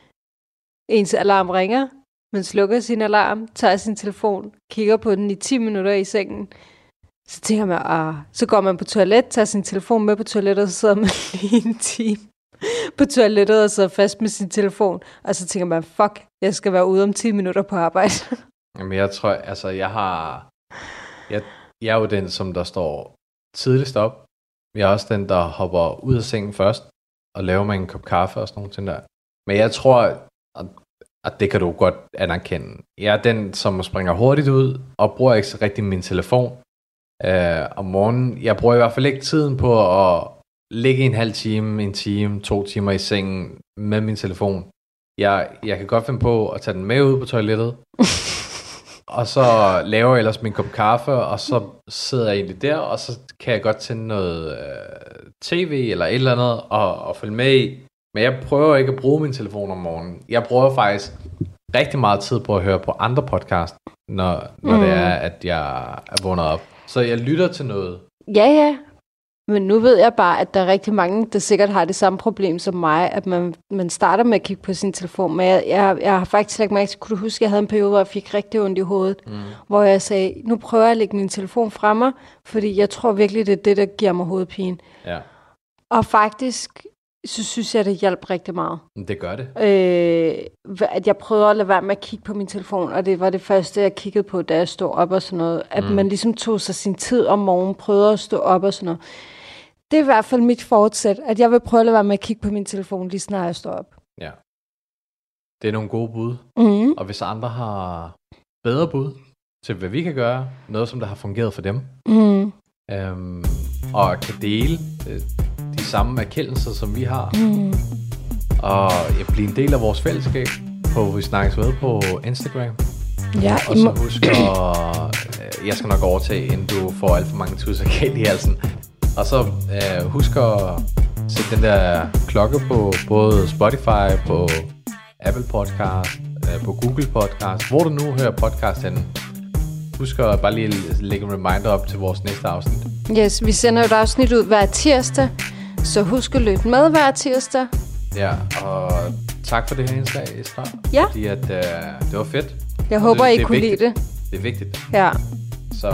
ens alarm ringer, man slukker sin alarm, tager sin telefon, kigger på den i ti minutter i sengen. Så tænker man, ah, så går man på toilet, tager sin telefon med på toilettet, og så sidder man lige en time på toilettet og sidder fast med sin telefon. Og så tænker man, fuck, jeg skal være ude om ti minutter på arbejde. Jamen jeg tror, altså jeg har... Jeg, jeg er jo den, som der står tidligst op. Jeg er også den, der hopper ud af sengen først og laver mig en kop kaffe og sådan nogle ting der. Men jeg tror, at, at det kan du godt anerkende. Jeg er den, som springer hurtigt ud og bruger ikke så rigtig min telefon øh, om morgenen. Jeg bruger i hvert fald ikke tiden på at ligge en halv time, en time, to timer i sengen med min telefon. Jeg, jeg kan godt finde på at tage den med ud på toilettet. Og så laver jeg ellers min kop kaffe, og så sidder jeg egentlig der, og så kan jeg godt tænde noget øh, tv eller et eller andet, og, og følge med i. Men jeg prøver ikke at bruge min telefon om morgenen. Jeg bruger faktisk rigtig meget tid på at høre på andre podcast, når, når mm. det er, at jeg er vågnet op. Så jeg lytter til noget. Ja, ja. Men nu ved jeg bare, at der er rigtig mange, der sikkert har det samme problem som mig, at man, man starter med at kigge på sin telefon. Men jeg, jeg, jeg har faktisk lagt mærke til, kunne du huske, at jeg havde en periode, hvor jeg fik rigtig ondt i hovedet, mm. hvor jeg sagde, nu prøver jeg at lægge min telefon fra mig, fordi jeg tror virkelig, det er det, der giver mig hovedpine. Ja. Og faktisk, så synes jeg, det hjalp rigtig meget. Det gør det. Øh, at jeg prøvede at lade være med at kigge på min telefon, og det var det første, jeg kiggede på, da jeg stod op og sådan noget. At mm. man ligesom tog sig sin tid om morgenen, prøvede at stå op og sådan noget. Det er i hvert fald mit fortsæt, at jeg vil prøve at lade være med at kigge på min telefon, lige snart jeg står op. Ja. Det er nogle gode bud. Mm. Og hvis andre har bedre bud til, hvad vi kan gøre, noget som der har fungeret for dem, Mm. øhm, og kan dele øh, de samme erkendelser, som vi har, Mm. og ja, blive en del af vores fællesskab, på vi snakkes ved på Instagram. Ja, Og så husk at, øh, jeg skal nok overtage, inden du får alt for mange tusser galt i halsen. Og så øh, husk at sætte den der klokke på både Spotify, på Apple Podcast, øh, på Google Podcast, hvor du nu hører podcast henne. Husk at bare lige lægge en reminder op til vores næste afsnit. Yes, vi sender jo et afsnit ud hver tirsdag, så husk at lytte med hver tirsdag. Ja, og tak for det her indslag, Esra. Ja. Fordi at, øh, det var fedt. Jeg og håber, det, I det kunne vigtigt. lide det. Det er vigtigt. Ja. Så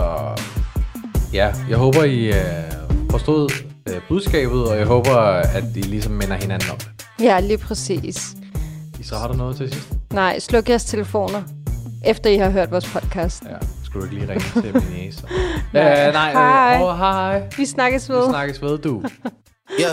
ja, jeg håber, I øh, forstod øh, budskabet, og jeg håber, at I ligesom minder hinanden om det. Ja, lige præcis. Så har du noget til sidst? Nej, sluk jeres telefoner, efter I har hørt vores podcast. Ja, skulle du ikke lige ringe til min næse? Nej. Øh, nej, Hej. øh, oh, hej. Vi snakkes ved. Vi snakkes ved, du. Ja.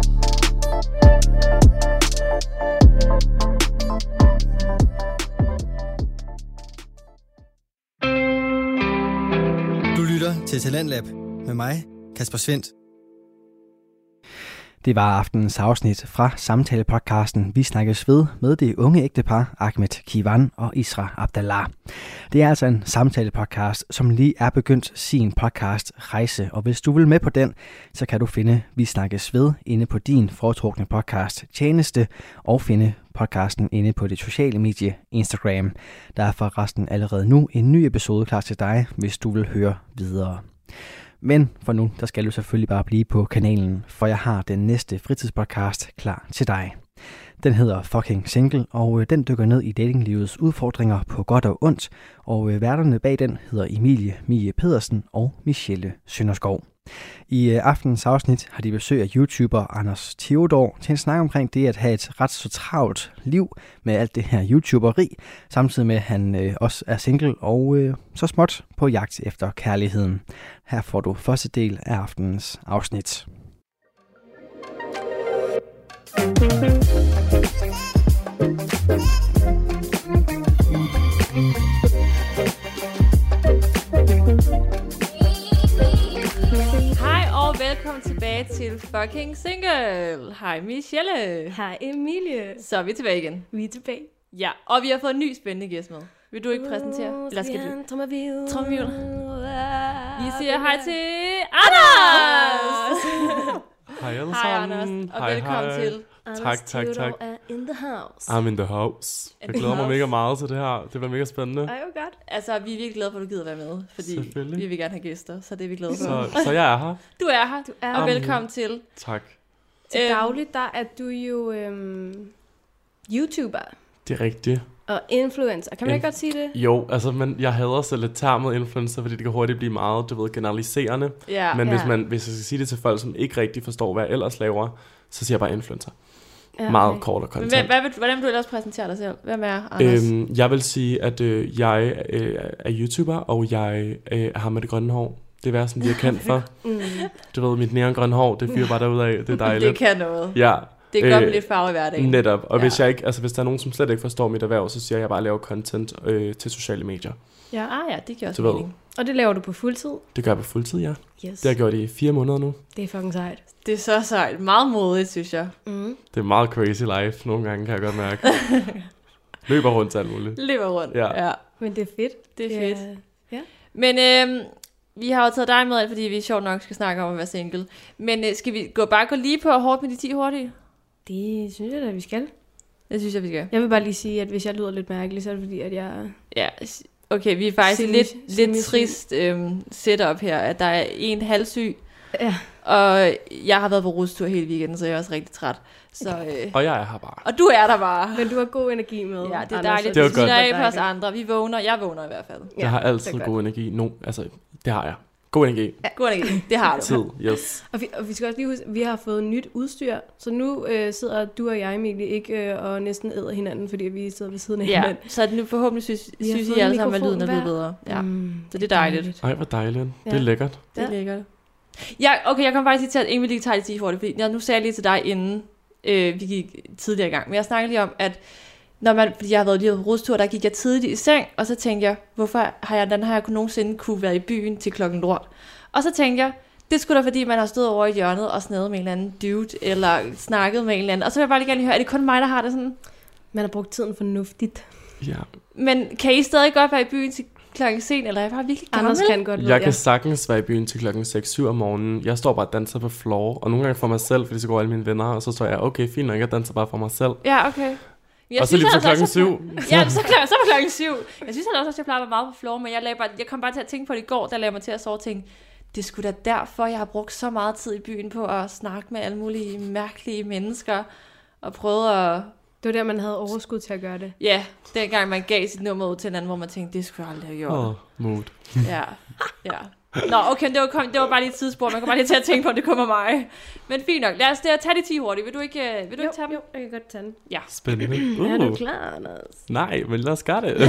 Du lytter til Talentlab med mig, Kasper Svendt. Det var aftenens afsnit fra samtalepodcasten Vi snakkes ved med det unge ægtepar Ahmed Kivan og Isra Abdallah. Det er altså en samtalepodcast, som lige er begyndt sin podcast rejse, og hvis du vil med på den, så kan du finde Vi snakkes ved inde på din foretrukne podcast tjeneste og finde podcasten inde på det sociale medie Instagram. Der er forresten allerede nu en ny episode klar til dig, hvis du vil høre videre. Men for nu, der skal du selvfølgelig bare blive på kanalen, for jeg har den næste fritidspodcast klar til dig. Den hedder Fucking Single, og den dykker ned i datinglivets udfordringer på godt og ondt, og værterne bag den hedder Emilie Mie Pedersen og Michelle Sønderskov. I aftenens afsnit har de besøg af YouTuber Anders Theodor til en snak omkring det at have et ret så travlt liv med alt det her YouTuberi, samtidig med at han øh, også er single og øh, så småt på jagt efter kærligheden. Her får du første del af aftenens afsnit. Hej og velkommen tilbage til Fucking Single. Hej Michelle. Hej Emilie. Så er vi tilbage igen. Vi er tilbage. Ja, og vi har fået en ny spændende gæst med. Vil du ikke præsentere? Eller skal du? Trommevirvel. Trommevirvel. Vi siger hej til Anders. Hej alle Hej sammen. Anders, og hej, velkommen hej. til. Tak, tak, tak. er in the house. I'm in the house. Jeg In the glæder mig house. mega meget til det her. Det bliver mega spændende. Ej, jo godt. Altså, vi er virkelig glade for, at du gider være med, fordi Selvfølgelig. vi vil gerne have gæster, så det er vi glade for. Så, så jeg er her. Du er her, Du er og her. velkommen til. Tak. Til Øhm. dagligt, der er du jo øhm, YouTuber Det er rigtigt. og influencer. Kan man Inf- ikke godt sige det? Jo, altså, men jeg hader så lidt termet influencer, fordi det kan hurtigt blive meget, du ved, generaliserende. Ja, Men Ja. hvis, man, hvis jeg skal sige det til folk, som ikke rigtig forstår, hvad jeg ellers laver, så siger jeg bare influencer. Ja, meget okay. kort og kontant. Hvad, hvad vil, hvordan vil du ellers præsentere dig selv? Hvem er Anders? Øhm, jeg vil sige, at øh, jeg øh, er YouTuber, og jeg øh, har med det grønne hår. Det er sådan, de er kendt for. mm. Du ved, mit neongrønne hår, det fyrer bare derudad. Det er dejligt. Det kan noget. Ja. Det er godt med lidt farve i hverdagen. Netop. Og ja. hvis, jeg ikke, altså, hvis der er nogen, som slet ikke forstår mit erhverv, så siger jeg, at jeg bare laver content øh, til sociale medier. Ja, ah, ja, det giver også mening. Og det laver du på fuldtid? Det gør jeg på fuldtid, ja. Yes. Det har jeg gjort i fire måneder nu. Det er fucking sejt. Det er så sejt. Meget modigt, synes jeg. Mm. Det er meget crazy life. Nogle gange kan jeg godt mærke. Løber rundt til alt muligt. Løber rundt, ja. ja. Men det er fedt. Det er fedt. Ja. Men øhm, vi har jo taget dig med, fordi vi sjovt nok skal snakke om at være single. Men øh, skal vi gå, bare gå lige på hårdt med de ti hurtige? Det synes jeg da, vi skal. Det synes jeg, vi skal. Jeg vil bare lige sige, at hvis jeg lyder lidt mærkelig, så er det fordi, at jeg... Ja, okay, vi er faktisk Sin, lidt, lidt trist øhm, setup her, at der er en halvsyg. Ja. Og jeg har været på rustur hele weekenden, så jeg er også rigtig træt. Så, øh, og jeg er her bare. Og du er der bare. Men du har god energi med. Ja, det er Anders, dejligt. Det er vi godt. af på os andre. Vi vågner. Jeg vågner i hvert fald. Jeg ja, har altid god energi. No, altså, det har jeg. God energi. Ja, god energi. Det har du. Tid, yes. Og vi, og vi skal også lige huske, vi har fået nyt udstyr. Så nu øh, sidder du og jeg, Emilie, ikke øh, og næsten æder hinanden, fordi vi sidder ved siden af ja, hinanden. så nu forhåbentlig synes, synes I alle sammen, at lyden er blevet bedre. Ja. Mm, så det er dejligt. Ej, hvor dejligt. Ja. Det er lækkert. Det er lækkert. Ja, okay, jeg kom faktisk til, at ingen ville tage det ti hurtigt, fordi jeg, nu sagde jeg lige til dig, inden øh, vi gik tidligere i gang. Men jeg snakkede lige om, at når man, fordi jeg har været lige på rustur, der gik jeg tidligt i seng, og så tænkte jeg, hvorfor har jeg, den har jeg nogensinde kunne være i byen til klokken lort. Og så tænkte jeg, det skulle da fordi, man har stået over i hjørnet og snadet med en eller anden dude, eller snakket med en eller anden. Og så vil jeg bare lige gerne høre, er det kun mig, der har det sådan? Man har brugt tiden fornuftigt. Ja. Men kan I stadig godt være i byen til klokken sen, eller er jeg bare virkelig gammel? Anders kan godt, jeg jeg kan sagtens være i byen til klokken seks syv om morgenen. Jeg står bare og danser på floor, og nogle gange for mig selv, fordi så går alle mine venner, og så står jeg, okay, fint nok, jeg danser bare for mig selv. Ja, okay. Jeg og så lige på klokken syv. Ja, så, klokken, så på klokken syv. Jeg synes også, at jeg plejer at være meget på floor, men jeg, lagde bare, jeg kom bare til at tænke på det i går, der lagde mig til at sove og tænke, det er sgu da derfor, jeg har brugt så meget tid i byen på at snakke med alle mulige mærkelige mennesker, og prøve at... Det var der, man havde overskud til at gøre det. Ja, dengang man gav sit nummer ud til en anden, hvor man tænkte, det skulle jeg aldrig have gjort. Åh, oh, mood. Ja, ja. Nå, okay, det var, kom, det var bare lige et tidsspor. Man kan bare lige til at tænke på, at det kommer mig. Men fint nok. Lad os tage de ti hurtigt. Vil du ikke, vil du jo, ikke tage dem? Jo, jeg kan godt tage den. Ja. Spændende. Uh. Er du klar, Anders? Nej, men lad os gøre det.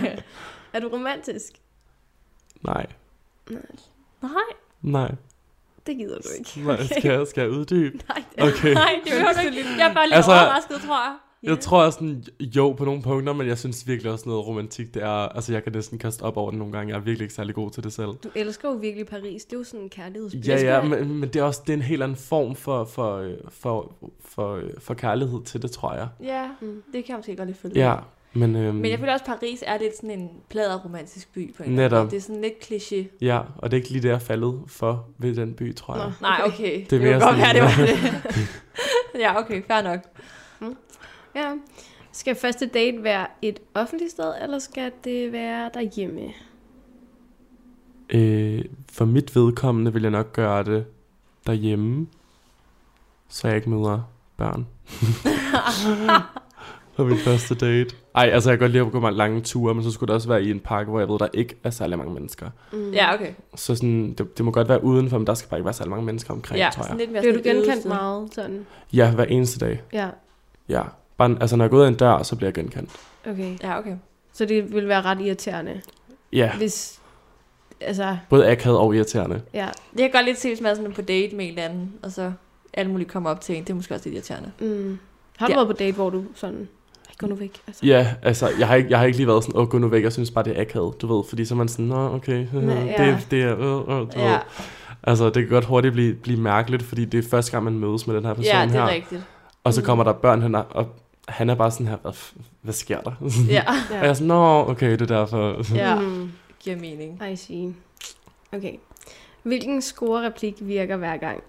Er du romantisk? Nej. Nej. Nej. Nej. Det gider du ikke. Nej, skal jeg, skal jeg uddybe? Nej, det, okay. Nej, det behøver du ikke. Jeg er bare lige altså, overrasket, tror jeg. Jeg yeah. tror sådan, jo på nogle punkter, men jeg synes virkelig også noget romantik, det er, altså jeg kan næsten kaste op over det nogle gange, jeg er virkelig ikke særlig god til det selv. Du elsker jo virkelig Paris, det er jo sådan en kærlighedsby. Ja, ja, men, men det er også det er en helt anden form for, for, for, for, for kærlighed til det, tror jeg. Ja, mm. det kan jeg måske godt lige følge. Ja, men... Øhm, men jeg føler også, Paris er lidt sådan en pladet romantisk by på en netop. måde. Det er sådan lidt kliché. Ja, og det er ikke lige det, jeg er faldet for ved den by, tror jeg. Nå, nej, okay. Det er mere det sådan... Være, det var det. Ja, okay, fair nok. Mm. Ja. Skal første date være et offentligt sted, eller skal det være derhjemme? Øh, for mit vedkommende vil jeg nok gøre det derhjemme, så jeg ikke møder børn. På min første date. Ej, altså jeg kan godt lide at gå mig lange ture, men så skulle det også være i en park, hvor jeg ved, der ikke er særlig mange mennesker. Mm. Ja, okay. Så sådan, det, det må godt være udenfor, men der skal bare ikke være særlig mange mennesker omkring, ja, tror jeg. Lidt mere bliver du genkendt meget sådan? Ja, hver eneste dag. Ja. Ja, bare, altså når jeg går ud af en dør, så bliver jeg genkendt. Okay. Ja, okay. Så det vil være ret irriterende? Ja. Hvis, altså... Både akavet og irriterende. Ja. Det kan godt lidt se, hvis man er sådan på date med en eller anden, og så alle mulige kommer op til en. Det er måske også lidt irriterende. Mm. Har du ja. været på date, hvor du sådan... Gå nu væk. Altså. Ja, altså, jeg har, ikke, jeg har ikke lige været sådan, åh, gå nu væk, jeg synes bare, det er akavet, du ved, fordi så er man sådan, nå, okay, Nå, ja. det, det er, øh, øh, du ja. ved. Altså, det kan godt hurtigt blive, blive mærkeligt, fordi det er første gang, man mødes med den her person her. Ja, det er her. rigtigt. Og så kommer der børn hen, og han er bare sådan her, hvad, hvad sker der? Ja. Og jeg er sådan, nå, okay, det er derfor. Ja, mm. giver mening. I see. Okay. Hvilken score-replik virker hver gang?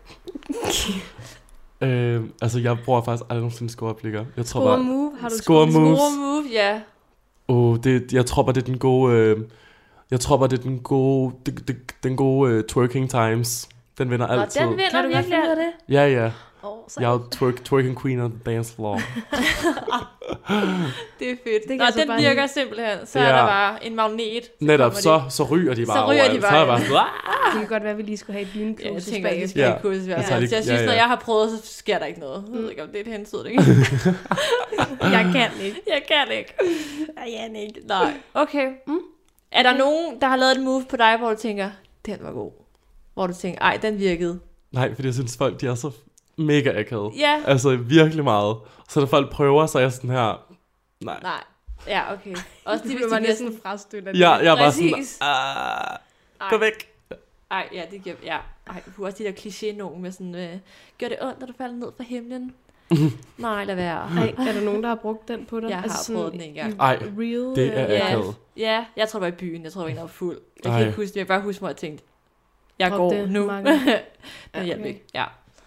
Øh, altså, jeg bruger faktisk aldrig nogensinde score-replikker. Jeg tror score bare, move? Har du score moves? Score move, ja. Oh, det, jeg tror bare, det er den gode... Øh, jeg tror bare, det er den gode... Det, det, den gode uh, twerking times. Den vinder Nå, altid. den vinder kan du godt finde ud af det? Ja, ja. Oh, jeg er jo twerk, twerking queen on the dance floor. Det er fedt. Det Nå, den bare virker lige... simpelthen. Så Ja. er der bare en magnet. Så Netop, så, de. så ryger de bare Så ryger de overalt. bare, Så er jeg bare ja. Det kan godt være, at vi lige skulle have et lynkursus Ja, jeg tænker, at det skal Ja. ikke kursus. Ja. Ja. Så er Ja. det- Så jeg synes, ja, ja. når jeg har prøvet, så sker der ikke noget. Jeg ved ikke, om det er et hensyn, ikke? Jeg kan ikke. Jeg kan ikke. Jeg kan ikke. Nej. Okay. Mm. Er der nogen, der har lavet et move på dig, hvor du tænker, den var god? Hvor du tænker, ej, den virkede. Nej, fordi jeg synes, folk de er så mega akavet. Ja. Altså virkelig meget. Så når folk prøver, så er jeg sådan her, nej. Nej. Ja, okay. Også Det de, bliver hvis man de næsten næsten... frastødt af Ja, jeg er bare Præcis. sådan, ah, gå væk. Ej, ja, det giver... Ja. Ej, du har også de der kliché nogen med sådan... Øh, gør det ondt, når du falder ned fra himlen? Nej, lad være. Ej, er der nogen, der har brugt den på dig? Jeg har sådan prøvet den en gang. i Ej, real, det er øh, Ja, akavet. ja, jeg tror, det var i byen. Jeg tror, det var en, der var fuld. Jeg kan Ej. ikke huske det. Jeg kan bare huske, hvor jeg tænkte, jeg Drop går det, nu. Marker. Det hjælper okay. ikke. Ja.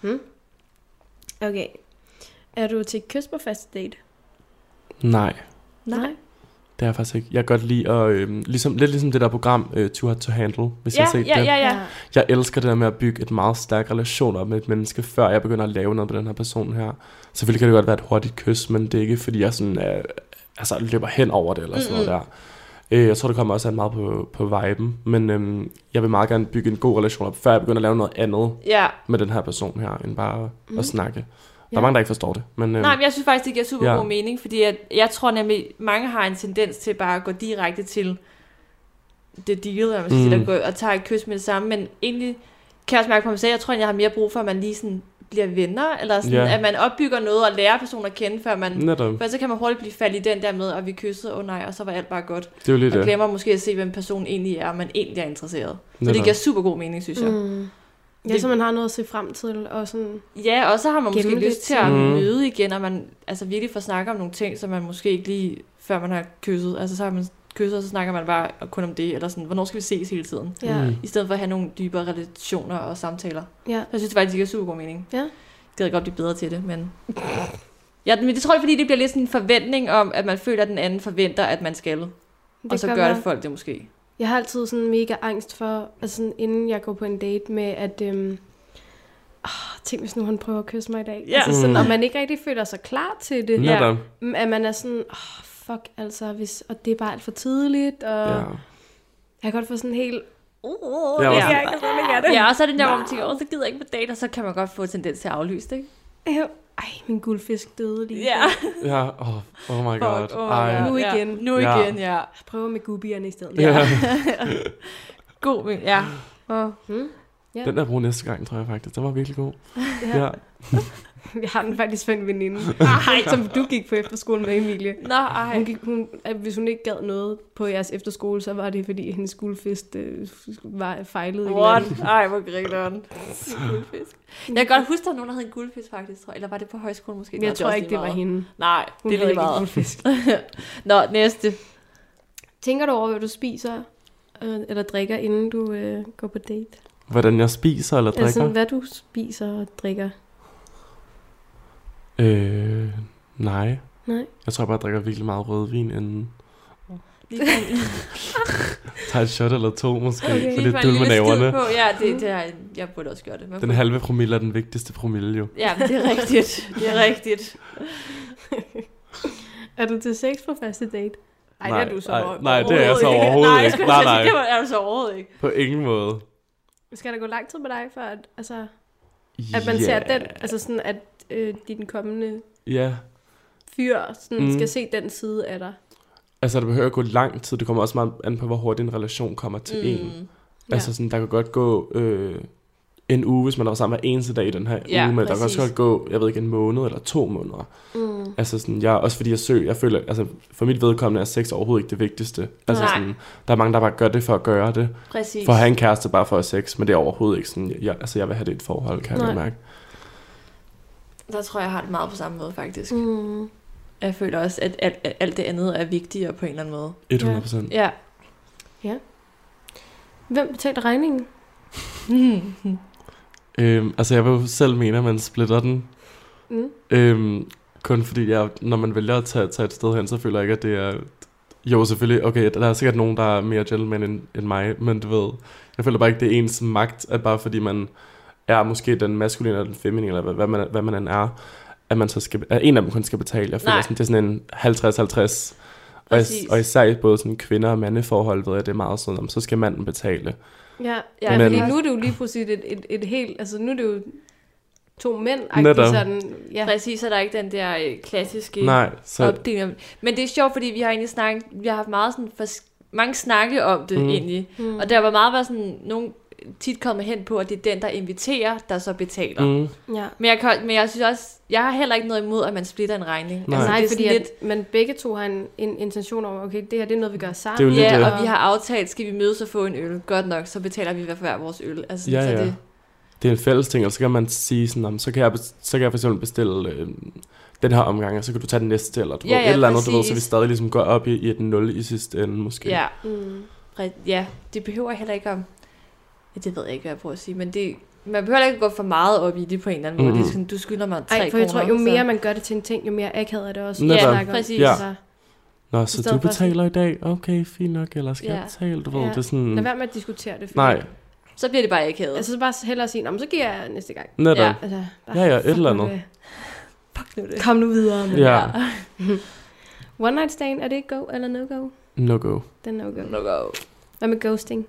Okay. Er du til kys på første date? Nej, Nej. det er jeg faktisk ikke. Jeg kan godt lide at, øh, ligesom, lidt ligesom det der program, øh, Too Hot to Handle, hvis Ja, jeg har set ja, det. ja, ja. Jeg elsker det der med at bygge et meget stærk relation op med et menneske, før jeg begynder at lave noget på den her person her. Selvfølgelig kan det godt være et hurtigt kys, men det er ikke, fordi jeg sådan, øh, altså, løber hen over det eller sådan noget der. Øh, jeg tror, det kommer også an meget på, på viben, men øh, jeg vil meget gerne bygge en god relation op, før jeg begynder at lave noget andet Ja. med den her person her, end bare Mm. at snakke. Der Ja. er mange, der ikke forstår det. Men, øh, Nej, men jeg synes faktisk, det giver super Ja. god mening, fordi at, jeg tror nemlig, mange har en tendens til bare at gå direkte til det deal, eller man skal Mm. sige, at gå og tage et kys med det samme, men egentlig kan jeg også mærke på mig selv, jeg tror, jeg har mere brug for, at man lige sådan bliver venner, eller sådan, Ja. at man opbygger noget og lærer personer at kende, før man... netop. For så kan man hurtigt blive faldet i den der med, og vi kyssede, åh oh, nej, og så var alt bare godt. Det er jo lidt Og det. glemmer måske at se, hvem personen egentlig er, og man egentlig er interesseret. Så Netop. det giver super god mening, synes jeg. Mm. Ja, Det- så man har noget at se frem til, og sådan... Ja, og så har man måske Gemme lyst lidt til at Mm. møde igen, og man altså virkelig får snakket om nogle ting, som man måske ikke lige, før man har kysset. Altså så har man kysset, og så snakker man bare kun om det, eller sådan, hvornår skal vi ses hele tiden? Ja, Mm. I stedet for at have nogle dybere relationer og samtaler. ja. Så jeg synes faktisk, det giver super god mening. Ja. Jeg gad godt blive bedre til det, men... Ja, men det tror jeg, fordi det bliver lidt sådan en forventning om, at man føler, at den anden forventer, at man skal. Det og så kan gør være. det folk det måske. Jeg har altid sådan mega angst for, altså sådan, inden jeg går på en date med, at... Øhm, åh, tænk, hvis nu han prøver at kysse mig i dag. Ja. Altså sådan, Mm. og man ikke rigtig føler sig klar til det. Netop. Mm, At man er sådan, åh, fuck, altså, hvis, og det er bare alt for tidligt, og Ja. jeg kan godt få sådan helt... Uh, Ja, ja, også- jeg kan slet ikke have det. Ja, og så er det der, hvor man tænker, åh, så gider jeg ikke på date, og så kan man godt få tendens til at aflyse det, ikke? Øh, Ej, min guldfisk døde lige. Ja. før. Ja, oh, oh my god. Fuck, oh my Ej. God. Nu Ja, igen. Nu Ja. igen, ja. Jeg prøver med gubierne i stedet. Ja. God, men ja. Og, Hmm? Ja. Den der bruger næste gang, tror jeg faktisk. Den var virkelig god. Ja. Ja. Jeg har den faktisk for en veninde, Ej, som du gik på efterskole med, Emilie. nå, ej. Hun gik, hun, at hvis hun ikke gad noget på jeres efterskole, så var det, fordi hendes skolefest øh, var fejlet. What? Ej, hvor grineren. Guldfisk. Jeg kan godt huske, der var nogen, der havde en guldfisk, faktisk. Tror jeg. Eller var det på højskole måske? Men Nå, jeg er tror også ikke, lige det var meget. hende. Nej, Hun det er havde lige ikke en meget. guldfisk. Nå, næste. Tænker du over, hvad du spiser øh, eller drikker, inden du øh, går på date? Hvordan jeg spiser eller drikker? Altså, hvad du spiser og drikker? Øh, nej. Nej. Jeg tror bare, jeg drikker virkelig meget rødvin, inden Lige tager et shot eller to måske. Okay. Okay. For lige lidt få en død med lille skid næverne. på. Ja, det, det er, jeg burde også gøre det. Man Den får- halve promille er den vigtigste promille jo. Ja, men det er rigtigt. Det er rigtigt. Er du til sex på første date? Ej, det er du så nej, over- nej, det er jeg så overhovedet overhovedet Nej, jeg ikke. skulle Nej, sige, nej. det var er du så overhovedet ikke. På ingen måde. Skal der gå lang tid med dig, før at, altså, at man ser den, altså sådan, at øh, din kommende Ja, fyr sådan, Mm. mm. skal se den side af dig? altså det behøver at gå lang tid. Det kommer også meget an på, hvor hurtigt en relation kommer til mm. en. Altså sådan, der kan godt gå øh, en uge, hvis man er sammen hver eneste dag i den her Ja, uge, men der kan også præcis. godt gå, jeg ved ikke, en måned eller to måneder. Mm. Altså sådan, jeg, også fordi jeg søger, jeg føler, altså for mit vedkommende er sex overhovedet ikke det vigtigste. Altså Nej. sådan, der er mange, der bare gør det for at gøre det. Præcis. For at have en kæreste bare for at have sex, men det er overhovedet ikke sådan, jeg, altså jeg vil have det i et forhold, kan jeg Nej. godt mærke. Der tror jeg, jeg har det meget på samme måde, faktisk. Mm. Jeg føler også, at alt, at alt det andet er vigtigere på en eller anden måde. hundrede procent. Ja. Hvem betaler regningen? Øhm, altså jeg vil jo selv mene, at man splitter den. Mm. Øhm, kun fordi, jeg, når man vælger at tage, tage et sted hen, så føler jeg ikke, at det er... Jo, selvfølgelig, okay, der er sikkert nogen, der er mere gentleman end, end mig, men du ved, jeg føler bare ikke, det er ens magt, at bare fordi man er måske den maskuline eller den feminine, eller hvad, hvad, man, hvad man end er, at, man så skal, at en af dem kun skal betale. Jeg føler, sådan, det er sådan en halvtreds halvtreds. Og, is, og især i både sådan kvinder- og mandeforhold, ved jeg, det er meget sådan, om så skal manden betale. Ja, ja men, fordi nu er det jo lige pludselig et, et, et helt... Altså, nu er det jo to mænd. Sådan, ja. Præcis, så der er ikke den der øh, klassiske Nej, så... opdeling. Men det er sjovt, fordi vi har egentlig snakket... Vi har haft meget sådan... For, mange snakke om det, mm. egentlig. Mm. Og der var meget været sådan... Nogle, tit kommet hen på, at det er den, der inviterer, der så betaler. Mm. Ja. Men, jeg kan, men jeg synes også, jeg har heller ikke noget imod, at man splitter en regning. Nej, altså, Nej fordi lidt... at man begge to har en, en intention om, okay, det her det er noget, vi gør sammen. Ja, lidt, og vi har aftalt, skal vi mødes og få en øl? Godt nok, så betaler vi hver for hver vores øl. Altså, ja, så ja. Det... det er en fælles ting, og så kan man sige sådan, så kan jeg, så kan jeg for eksempel bestille øh, den her omgang, og så kan du tage den næste, eller du ja, ved, ja, et eller andet, du ved, så vi stadig ligesom går op i, i et nul i sidste ende, måske. Ja, mm. ja det behøver heller ikke om... Det ved jeg ikke, hvad jeg prøver at sige, men det, man behøver ikke gå for meget op i det på en eller anden måde. Mm. Det, du skylder mig tre kroner. Ej, for jeg tror, jo mere så... man gør det til en ting, jo mere akavet er det også. Ja, præcis. Ja. Så, Nå, så du betaler i dag? Okay, fint nok, eller skal ja. jeg betale? Du ved, ja. det er sådan... Lad være med at diskutere det. Nej. Så bliver det bare akavet. Altså, så bare hellere sige, så giver jeg næste gang. Netop. Ja, altså, ja, ja, et eller andet. Fuck nu det. Kom nu videre. Men. Ja. One night stand, er det ikke go eller no go? No go. Den no go. No go. Hvad med ghosting?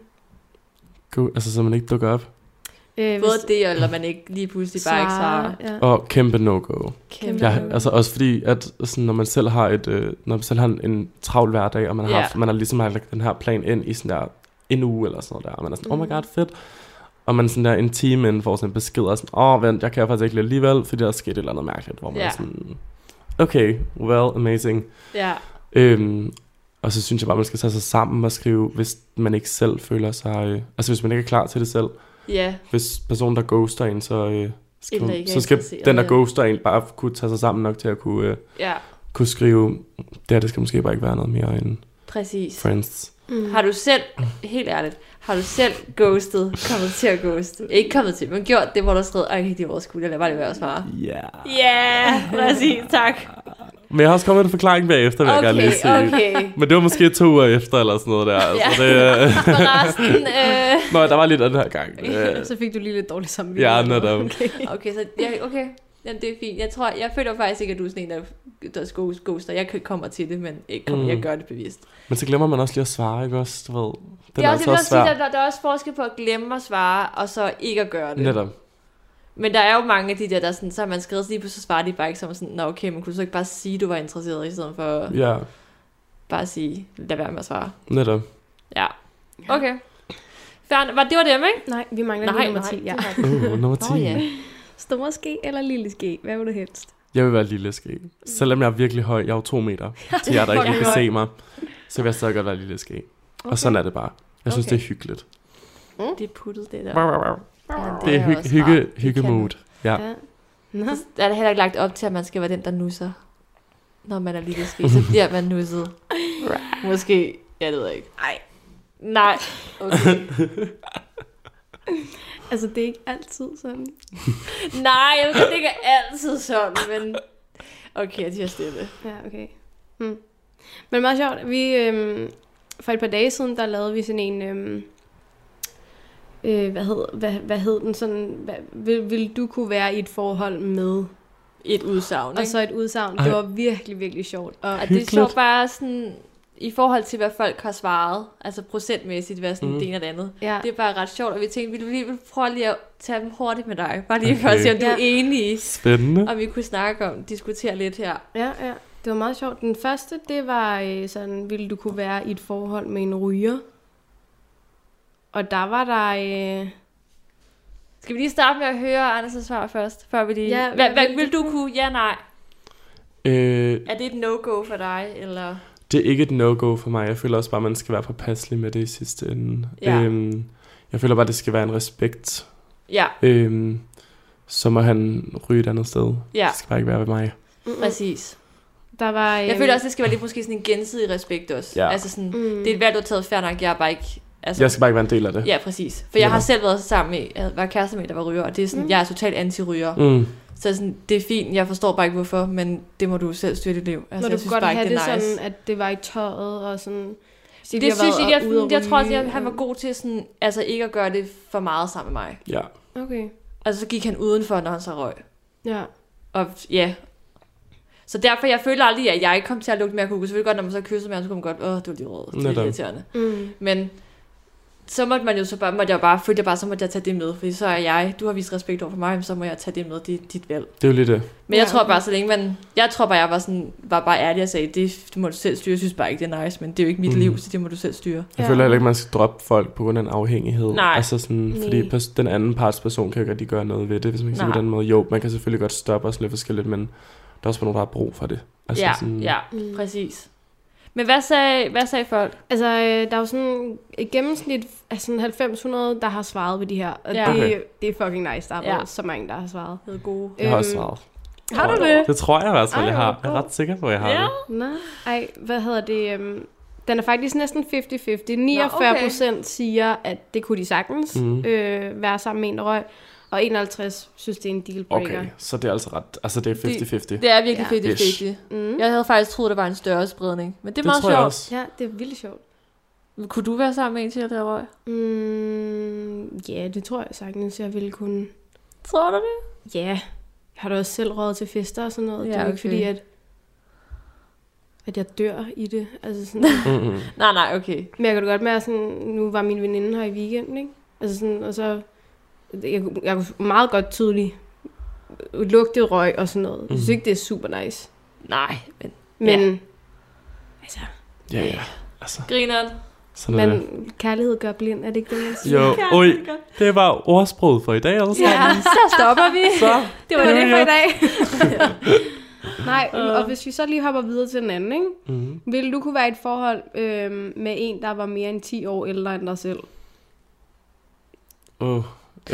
Go, altså så man ikke dukker op? Øh, Både det, eller man ikke lige pludselig bare ikke svarer. Ja. Og kæmpe no-go. Kæmpe ja, no-go. Altså også fordi, at sådan, når man selv har et, øh, når man selv har en, en travl hverdag, og man har, yeah. haft, man har ligesom har lagt den her plan ind i sådan der en uge eller sådan noget der, og man er sådan, mm. oh my god, fedt. Og man sådan der en time inden får sådan en besked, og sådan, åh, oh, vent, jeg kan faktisk ikke lide alligevel, fordi der er sket et eller andet mærkeligt, hvor man yeah. er sådan, okay, well, amazing. Ja. Yeah. Øhm, og så synes jeg bare, man skal tage sig sammen og skrive, hvis man ikke selv føler sig, øh, altså hvis man ikke er klar til det selv. Ja. Yeah. Hvis personen, der ghoster en, så, øh, skal man, så skal den, der ja. ghoster en, bare kunne tage sig sammen nok til at kunne, øh, ja. kunne skrive, det her, det skal måske bare ikke være noget mere end Præcis. friends. Mm. Har du selv, helt ærligt, har du selv ghostet, kommet til at ghoste? Ikke kommet til, men gjort det, hvor du har skrevet, okay, det er vores skuld, eller var det værd at svare? Ja. Yeah. Ja, yeah, præcis, tak. Men jeg har også kommet en forklaring bagefter, vil okay, jeg gerne lige sige. Okay. Men det var måske to uger efter, eller sådan noget der. Altså, ja. det, For resten... Øh... Nå, der var lidt af den her gang. Så fik du lige lidt dårligt samvittighed. Ja, netop. Okay, okay, så ja, okay. Jamen, det er fint. Jeg tror, jeg føler faktisk ikke, at du er sådan en, der, der ghoster. Jeg kommer til det, men ikke kommer, mm. jeg gør det bevidst. Men så glemmer man også lige at svare, ikke også? Du ved, det er, det er også, også sige, der, der er også forskel på at glemme at svare, og så ikke at gøre det. Netop. Men der er jo mange af de der, der sådan, så har man skrevet lige på, så svarer de bare ikke, som sådan, nå okay, men kunne du så ikke bare sige, du var interesseret, i stedet for ja. bare sige, lad være med at svare. Netop. Ja. Okay. Færdig. Var det var dem, ikke? Nej, vi mangler nej, nummer ti. Ja. Uh, nummer ti. Oh, yeah. Store ske eller lille ske? Hvad vil du helst? Jeg vil være lille ske. Selvom jeg er virkelig høj, jeg er jo to meter, til jer, der ikke kan se mig, så vil jeg stadig godt være lille ske. Okay. Og sådan er det bare. Jeg synes, okay. det er hyggeligt. Mm. Det er puttet, det der. Ja, det, det er hygge, hygge, hygge mood. Ja. ja. Så er det heller ikke lagt op til, at man skal være den, der nusser. Når man er lille ske, så bliver man nusset. Måske. Jeg ved ikke. Nej. Nej. Okay. Altså, det er ikke altid sådan. Nej, jeg ved, det ikke er altid sådan, men... Okay, jeg siger stille. Ja, okay. Hmm. Men meget sjovt. Vi, øhm, for et par dage siden, der lavede vi sådan en... Øhm, øh, hvad, hed, hvad, hvad hed den sådan... Hvad, vil, vil du kunne være i et forhold med... Et udsagn, og så et udsagn. Det var virkelig, virkelig sjovt. Og, og det er sjovt bare sådan... I forhold til, hvad folk har svaret, altså procentmæssigt, hvad sådan mm. det ene og det andet. Ja. Det er bare ret sjovt, og vi tænkte, vi ville lige prøve lige at tage dem hurtigt med dig. Bare lige okay. for at se, om du er enig. Spændende. Og vi kunne snakke om, diskutere lidt her. Ja, ja. Det var meget sjovt. Den første, det var øh, sådan, ville du kunne være i et forhold med en ryger? Og der var der... Øh... Skal vi lige starte med at høre Anders' svar først, før vi lige... Ja, hvad, hvad vil du kunne? Ja, nej. Øh... Er det et no-go for dig, eller... Det er ikke et no-go for mig. Jeg føler også bare, at man skal være påpasselig med det i sidste ende. Ja. Øhm, jeg føler bare, at det skal være en respekt. Ja. Øhm, så må han ryge et andet sted. Ja. Det skal bare ikke være ved mig. Mm-hmm. Præcis. Der var, øhm... Jeg føler også, at det skal være lidt måske sådan en gensidig respekt også. Ja. Altså sådan, mm. det er et valg, du har taget fair nok. Jeg er bare ikke... Altså, jeg skal bare ikke være en del af det. Ja, præcis. For jeg har selv været sammen med... Jeg var kæreste med, der var ryger. Og det er sådan, mm. jeg er totalt anti-ryger. Mm. Så sådan, det er fint, jeg forstår bare ikke hvorfor, men det må du selv styre dit liv. Altså, Når du synes godt have det, det nice. Sådan, at det var i tøjet og sådan... Det, det synes jeg, jeg, jeg, jeg tror også, at han var god til sådan, altså ikke at gøre det for meget sammen med mig. Ja. Okay. Altså så gik han udenfor, når han så røg. Ja. Og ja, så derfor, jeg føler aldrig, at jeg kom til at lugte mere kokos. Selvfølgelig godt, når man så kysser med ham, så kunne man godt, åh, du er lige rød, det er lidt irriterende. Mm. Men så måtte man jo så bare, måtte jeg bare, følte jeg bare, så måtte jeg tage det med, fordi så er jeg, du har vist respekt over for mig, så må jeg tage det med, det er dit valg. Det er jo lidt det. Men jeg ja, tror bare, så længe man, jeg tror bare, jeg var sådan, var bare ærlig og sagde, det, det må du selv styre, jeg synes bare ikke, det er nice, men det er jo ikke mit mm. liv, så det må du selv styre. Jeg ja. føler heller ikke, man skal droppe folk på grund af en afhængighed. Nej. Altså sådan, fordi pers- den anden parts person kan jo godt gøre noget ved det, hvis man kan sige på den måde. Jo, man kan selvfølgelig godt stoppe os lidt forskelligt, men der er også nogen, der har brug for det. Altså ja, sådan, ja, mm. præcis. Men hvad sagde, hvad sagde folk? Altså, der er jo sådan et gennemsnit af sådan halvfems hundrede, der har svaret på de her. Og ja. det, okay. det er fucking nice, der er ja. så mange, der har svaret. Det er gode. Jeg har også svaret. Har du det? Det tror jeg i hvert fald, jeg har. Jeg er ret sikker på, at jeg har ja. det. Nej, ej, hvad hedder det? Um, den er faktisk næsten halvtreds halvtreds. niogfyrre procent okay. siger, at det kunne de sagtens mm. øh, være sammen med en, der røg. Og enoghalvtreds synes, det er en dealbreaker. Okay, så det er altså ret, altså det er halvtreds halvtreds. Det, det er virkelig halvtreds halvtreds. Mm. Jeg havde faktisk troet, det var en større spredning. Men det er det meget sjovt. Også. Ja, det er vildt sjovt. Kunne du være sammen med en til, der røg? Mm, ja, det tror jeg sagtens, jeg ville kunne. Tror du det? Ja, jeg har da også selv røget til fester og sådan noget. Ja, det er jo ikke okay. fordi, at, at jeg dør i det. Altså sådan. Mm-hmm. nej, nej, okay. Men jeg kan da godt mærke, sådan, nu var min veninde her i weekenden, ikke? Altså sådan, og så... Jeg, jeg kunne meget godt tydeligt lugte røg og sådan noget. Jeg synes ikke, det er super nice. Nej, men... Men... Ja. Altså... Ja, ja. Altså... Grineren. Men det. Kærlighed gør blind, er det ikke det, man siger? Jo, oj, det var ordsproget for i dag, altså. Ja, så stopper vi. Så, det var det, det for i dag. Nej, uh. og hvis vi så lige hopper videre til den anden, ikke? Mm-hmm. Ville du kunne være i et forhold øh, med en, der var mere end ti år ældre end dig selv? Åh... Oh.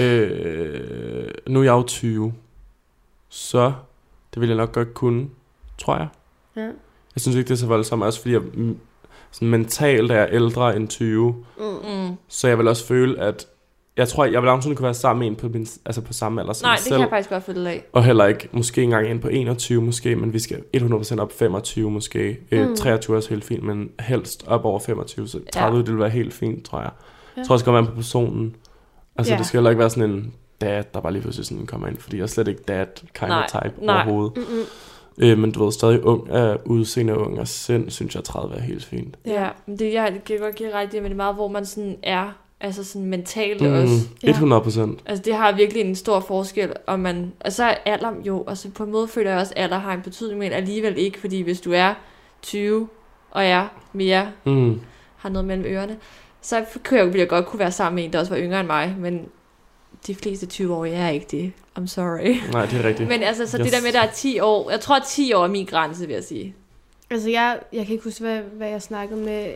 Øh, nu er jeg jo tyve, så det vil jeg nok godt kunne, tror jeg. Ja. Jeg synes ikke, det er så voldsomt, også fordi jeg sådan mentalt er jeg ældre end tyve, mm. så jeg vil også føle, at jeg tror, jeg vil aldrig kunne være sammen med en på, min, altså på samme alder som Nej, mig det selv. kan jeg faktisk godt følge af. Og heller ikke, måske engang en på enogtyve måske, men vi skal hundrede procent op femogtyve måske. Mm. Øh, treogtyve er også helt fint, men helst op over femogtyve, så tredive ja. Det vil være helt fint, tror jeg. Ja. Jeg tror også godt være på personen. Altså, yeah. det skal heller ikke være sådan en dad, der bare lige pludselig sådan kommer ind, fordi jeg er slet ikke dad kind nej, of type nej. overhovedet. Mm-hmm. Øh, men du ved, stadig ung af udseende ung og sind, synes jeg, tredive er helt fint. Ja, det jeg kan godt give ret i, men det er meget, hvor man sådan er, altså sådan mentalt mm, også. hundrede procent. Ja. Altså, det har virkelig en stor forskel, og man, og så er alder jo, altså på en måde føler jeg også, at alder har en betydning, men alligevel ikke, fordi hvis du er tyve, og er mere, mm. har noget mellem ørerne, så kunne jeg, ville jeg godt kunne være sammen med en, der også var yngre end mig, men de fleste tyve-årige er ikke det. I'm sorry. Nej, det er rigtigt. Men altså, så yes. det der med, der er ti år, jeg tror, at ti år er min grænse, vil jeg sige. Altså, jeg, jeg kan ikke huske, hvad, hvad jeg snakkede med.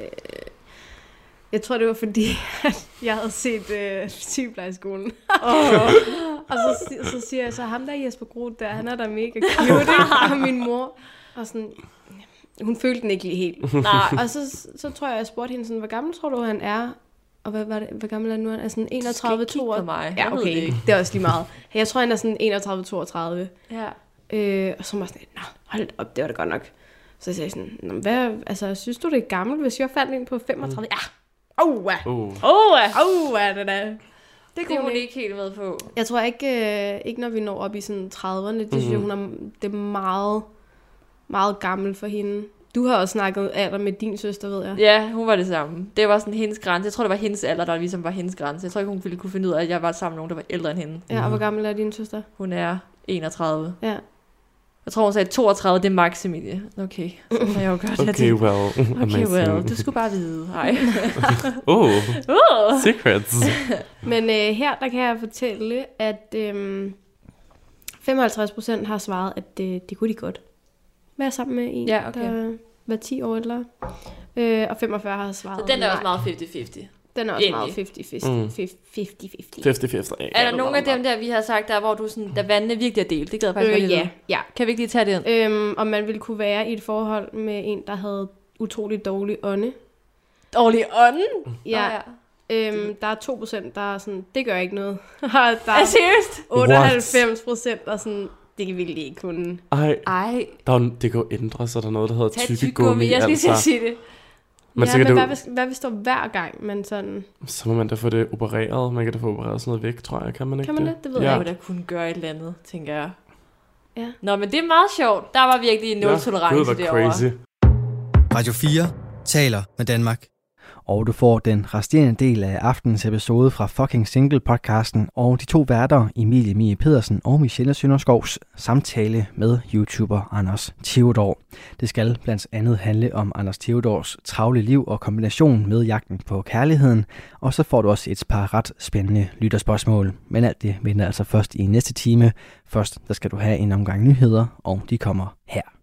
Jeg tror, det var fordi, jeg havde set øh, sygeplejeskolen. Oh. Og så, så siger jeg så, ham der Jesper Groth der, han er da mega cute, ikke? Og min mor, og sådan... Hun følte den ikke lige helt. Nej. Og så, så tror jeg, jeg spurgte hende sådan, hvor gammel tror du, han er? Og hvad, hvad, hvor gammel er nu? Han er sådan enogtredive toogtredive. Mig. Ja, okay. Det, det er også lige meget. Jeg tror, han er sådan enogtredive toogtredive. Ja. Øh, og så var jeg sådan, nå, hold op, det var det godt nok. Så jeg sagde sådan, nå, hvad, altså, synes du, det er gammelt, hvis jeg faldt ind på femogtredive? Mm. Ja. Åh, oh, åh, oh, åh, oh, det der. Det kunne hun ikke helt med på. Jeg tror ikke, øh, ikke når vi når op i sådan trediverne, det mm. synes jeg, hun er, det er meget, meget gammelt for hende. Du har også snakket alder med din søster, ved jeg. Ja, hun var det samme. Det var sådan hendes grænse. Jeg tror, det var hendes alder, der ligesom var hendes grænse. Jeg tror ikke, hun ville kunne finde ud af, at jeg var sammen med nogen, der var ældre end hende. Ja, og hvor gammel er din søster? Hun er enogtredive. Ja. Jeg tror, hun sagde toogtredive, det er max, Emilie. Okay, så kan jeg jo godt okay, det. well. Okay, well. Du skulle bare vide. Hej. oh, uh. secrets. Men øh, her, der kan jeg fortælle, at øh, femoghalvtreds procent har svaret, at øh, det kunne de godt være sammen med en, ja, okay. der var ti år ældre. Øh, og femogfyrre har svaret. Så den er også meget halvtreds halvtreds. Den er også Egentlig. meget halvtreds halvtreds. halvtreds halvtreds. Er der nogle af dem der, vi har sagt, der hvor du sådan, der vandene virkelig er delt? Det gad jeg faktisk øh, godt ja. ja. Kan vi ikke lige tage det ind? Øhm, om man ville kunne være i et forhold med en, der havde utrolig dårlig ånde. Dårlig ånde? Ja. Oh, ja. Øhm, der er to procent, der er sådan, det gør ikke noget. der er er seriøst? otteoghalvfems procent, der er sådan, det kan virkelig ikke kunne. Ej, Ej. Der er, det kan jo ændre sig, der er noget, der hedder tykkegummi. tykkegummi. Jeg skal altså. lige sige det. Men ja, men hvad, hvis, hvad hvis der hver gang, men sådan... Så må man da få det opereret. Man kan da få opereret sådan noget væk, tror jeg. Kan man ikke Kan man det? Det ved ja. jeg ikke. Jeg må da kunne gøre et eller andet, tænker jeg. Ja. Nå, men det er meget sjovt. Der var virkelig en nul-tolerance ja, derovre. Crazy. Radio fire taler med Danmark. Og du får den resterende del af aftenens episode fra Fucking Single-podcasten og de to værter, Emilie Mie Pedersen og Michelle Sønderskovs samtale med YouTuber Anders Theodor. Det skal blandt andet handle om Anders Theodors travle liv og kombination med jagten på kærligheden, og så får du også et par ret spændende lytterspørgsmål. Men alt det venter altså først i næste time. Først der skal du have en omgang nyheder, og de kommer her.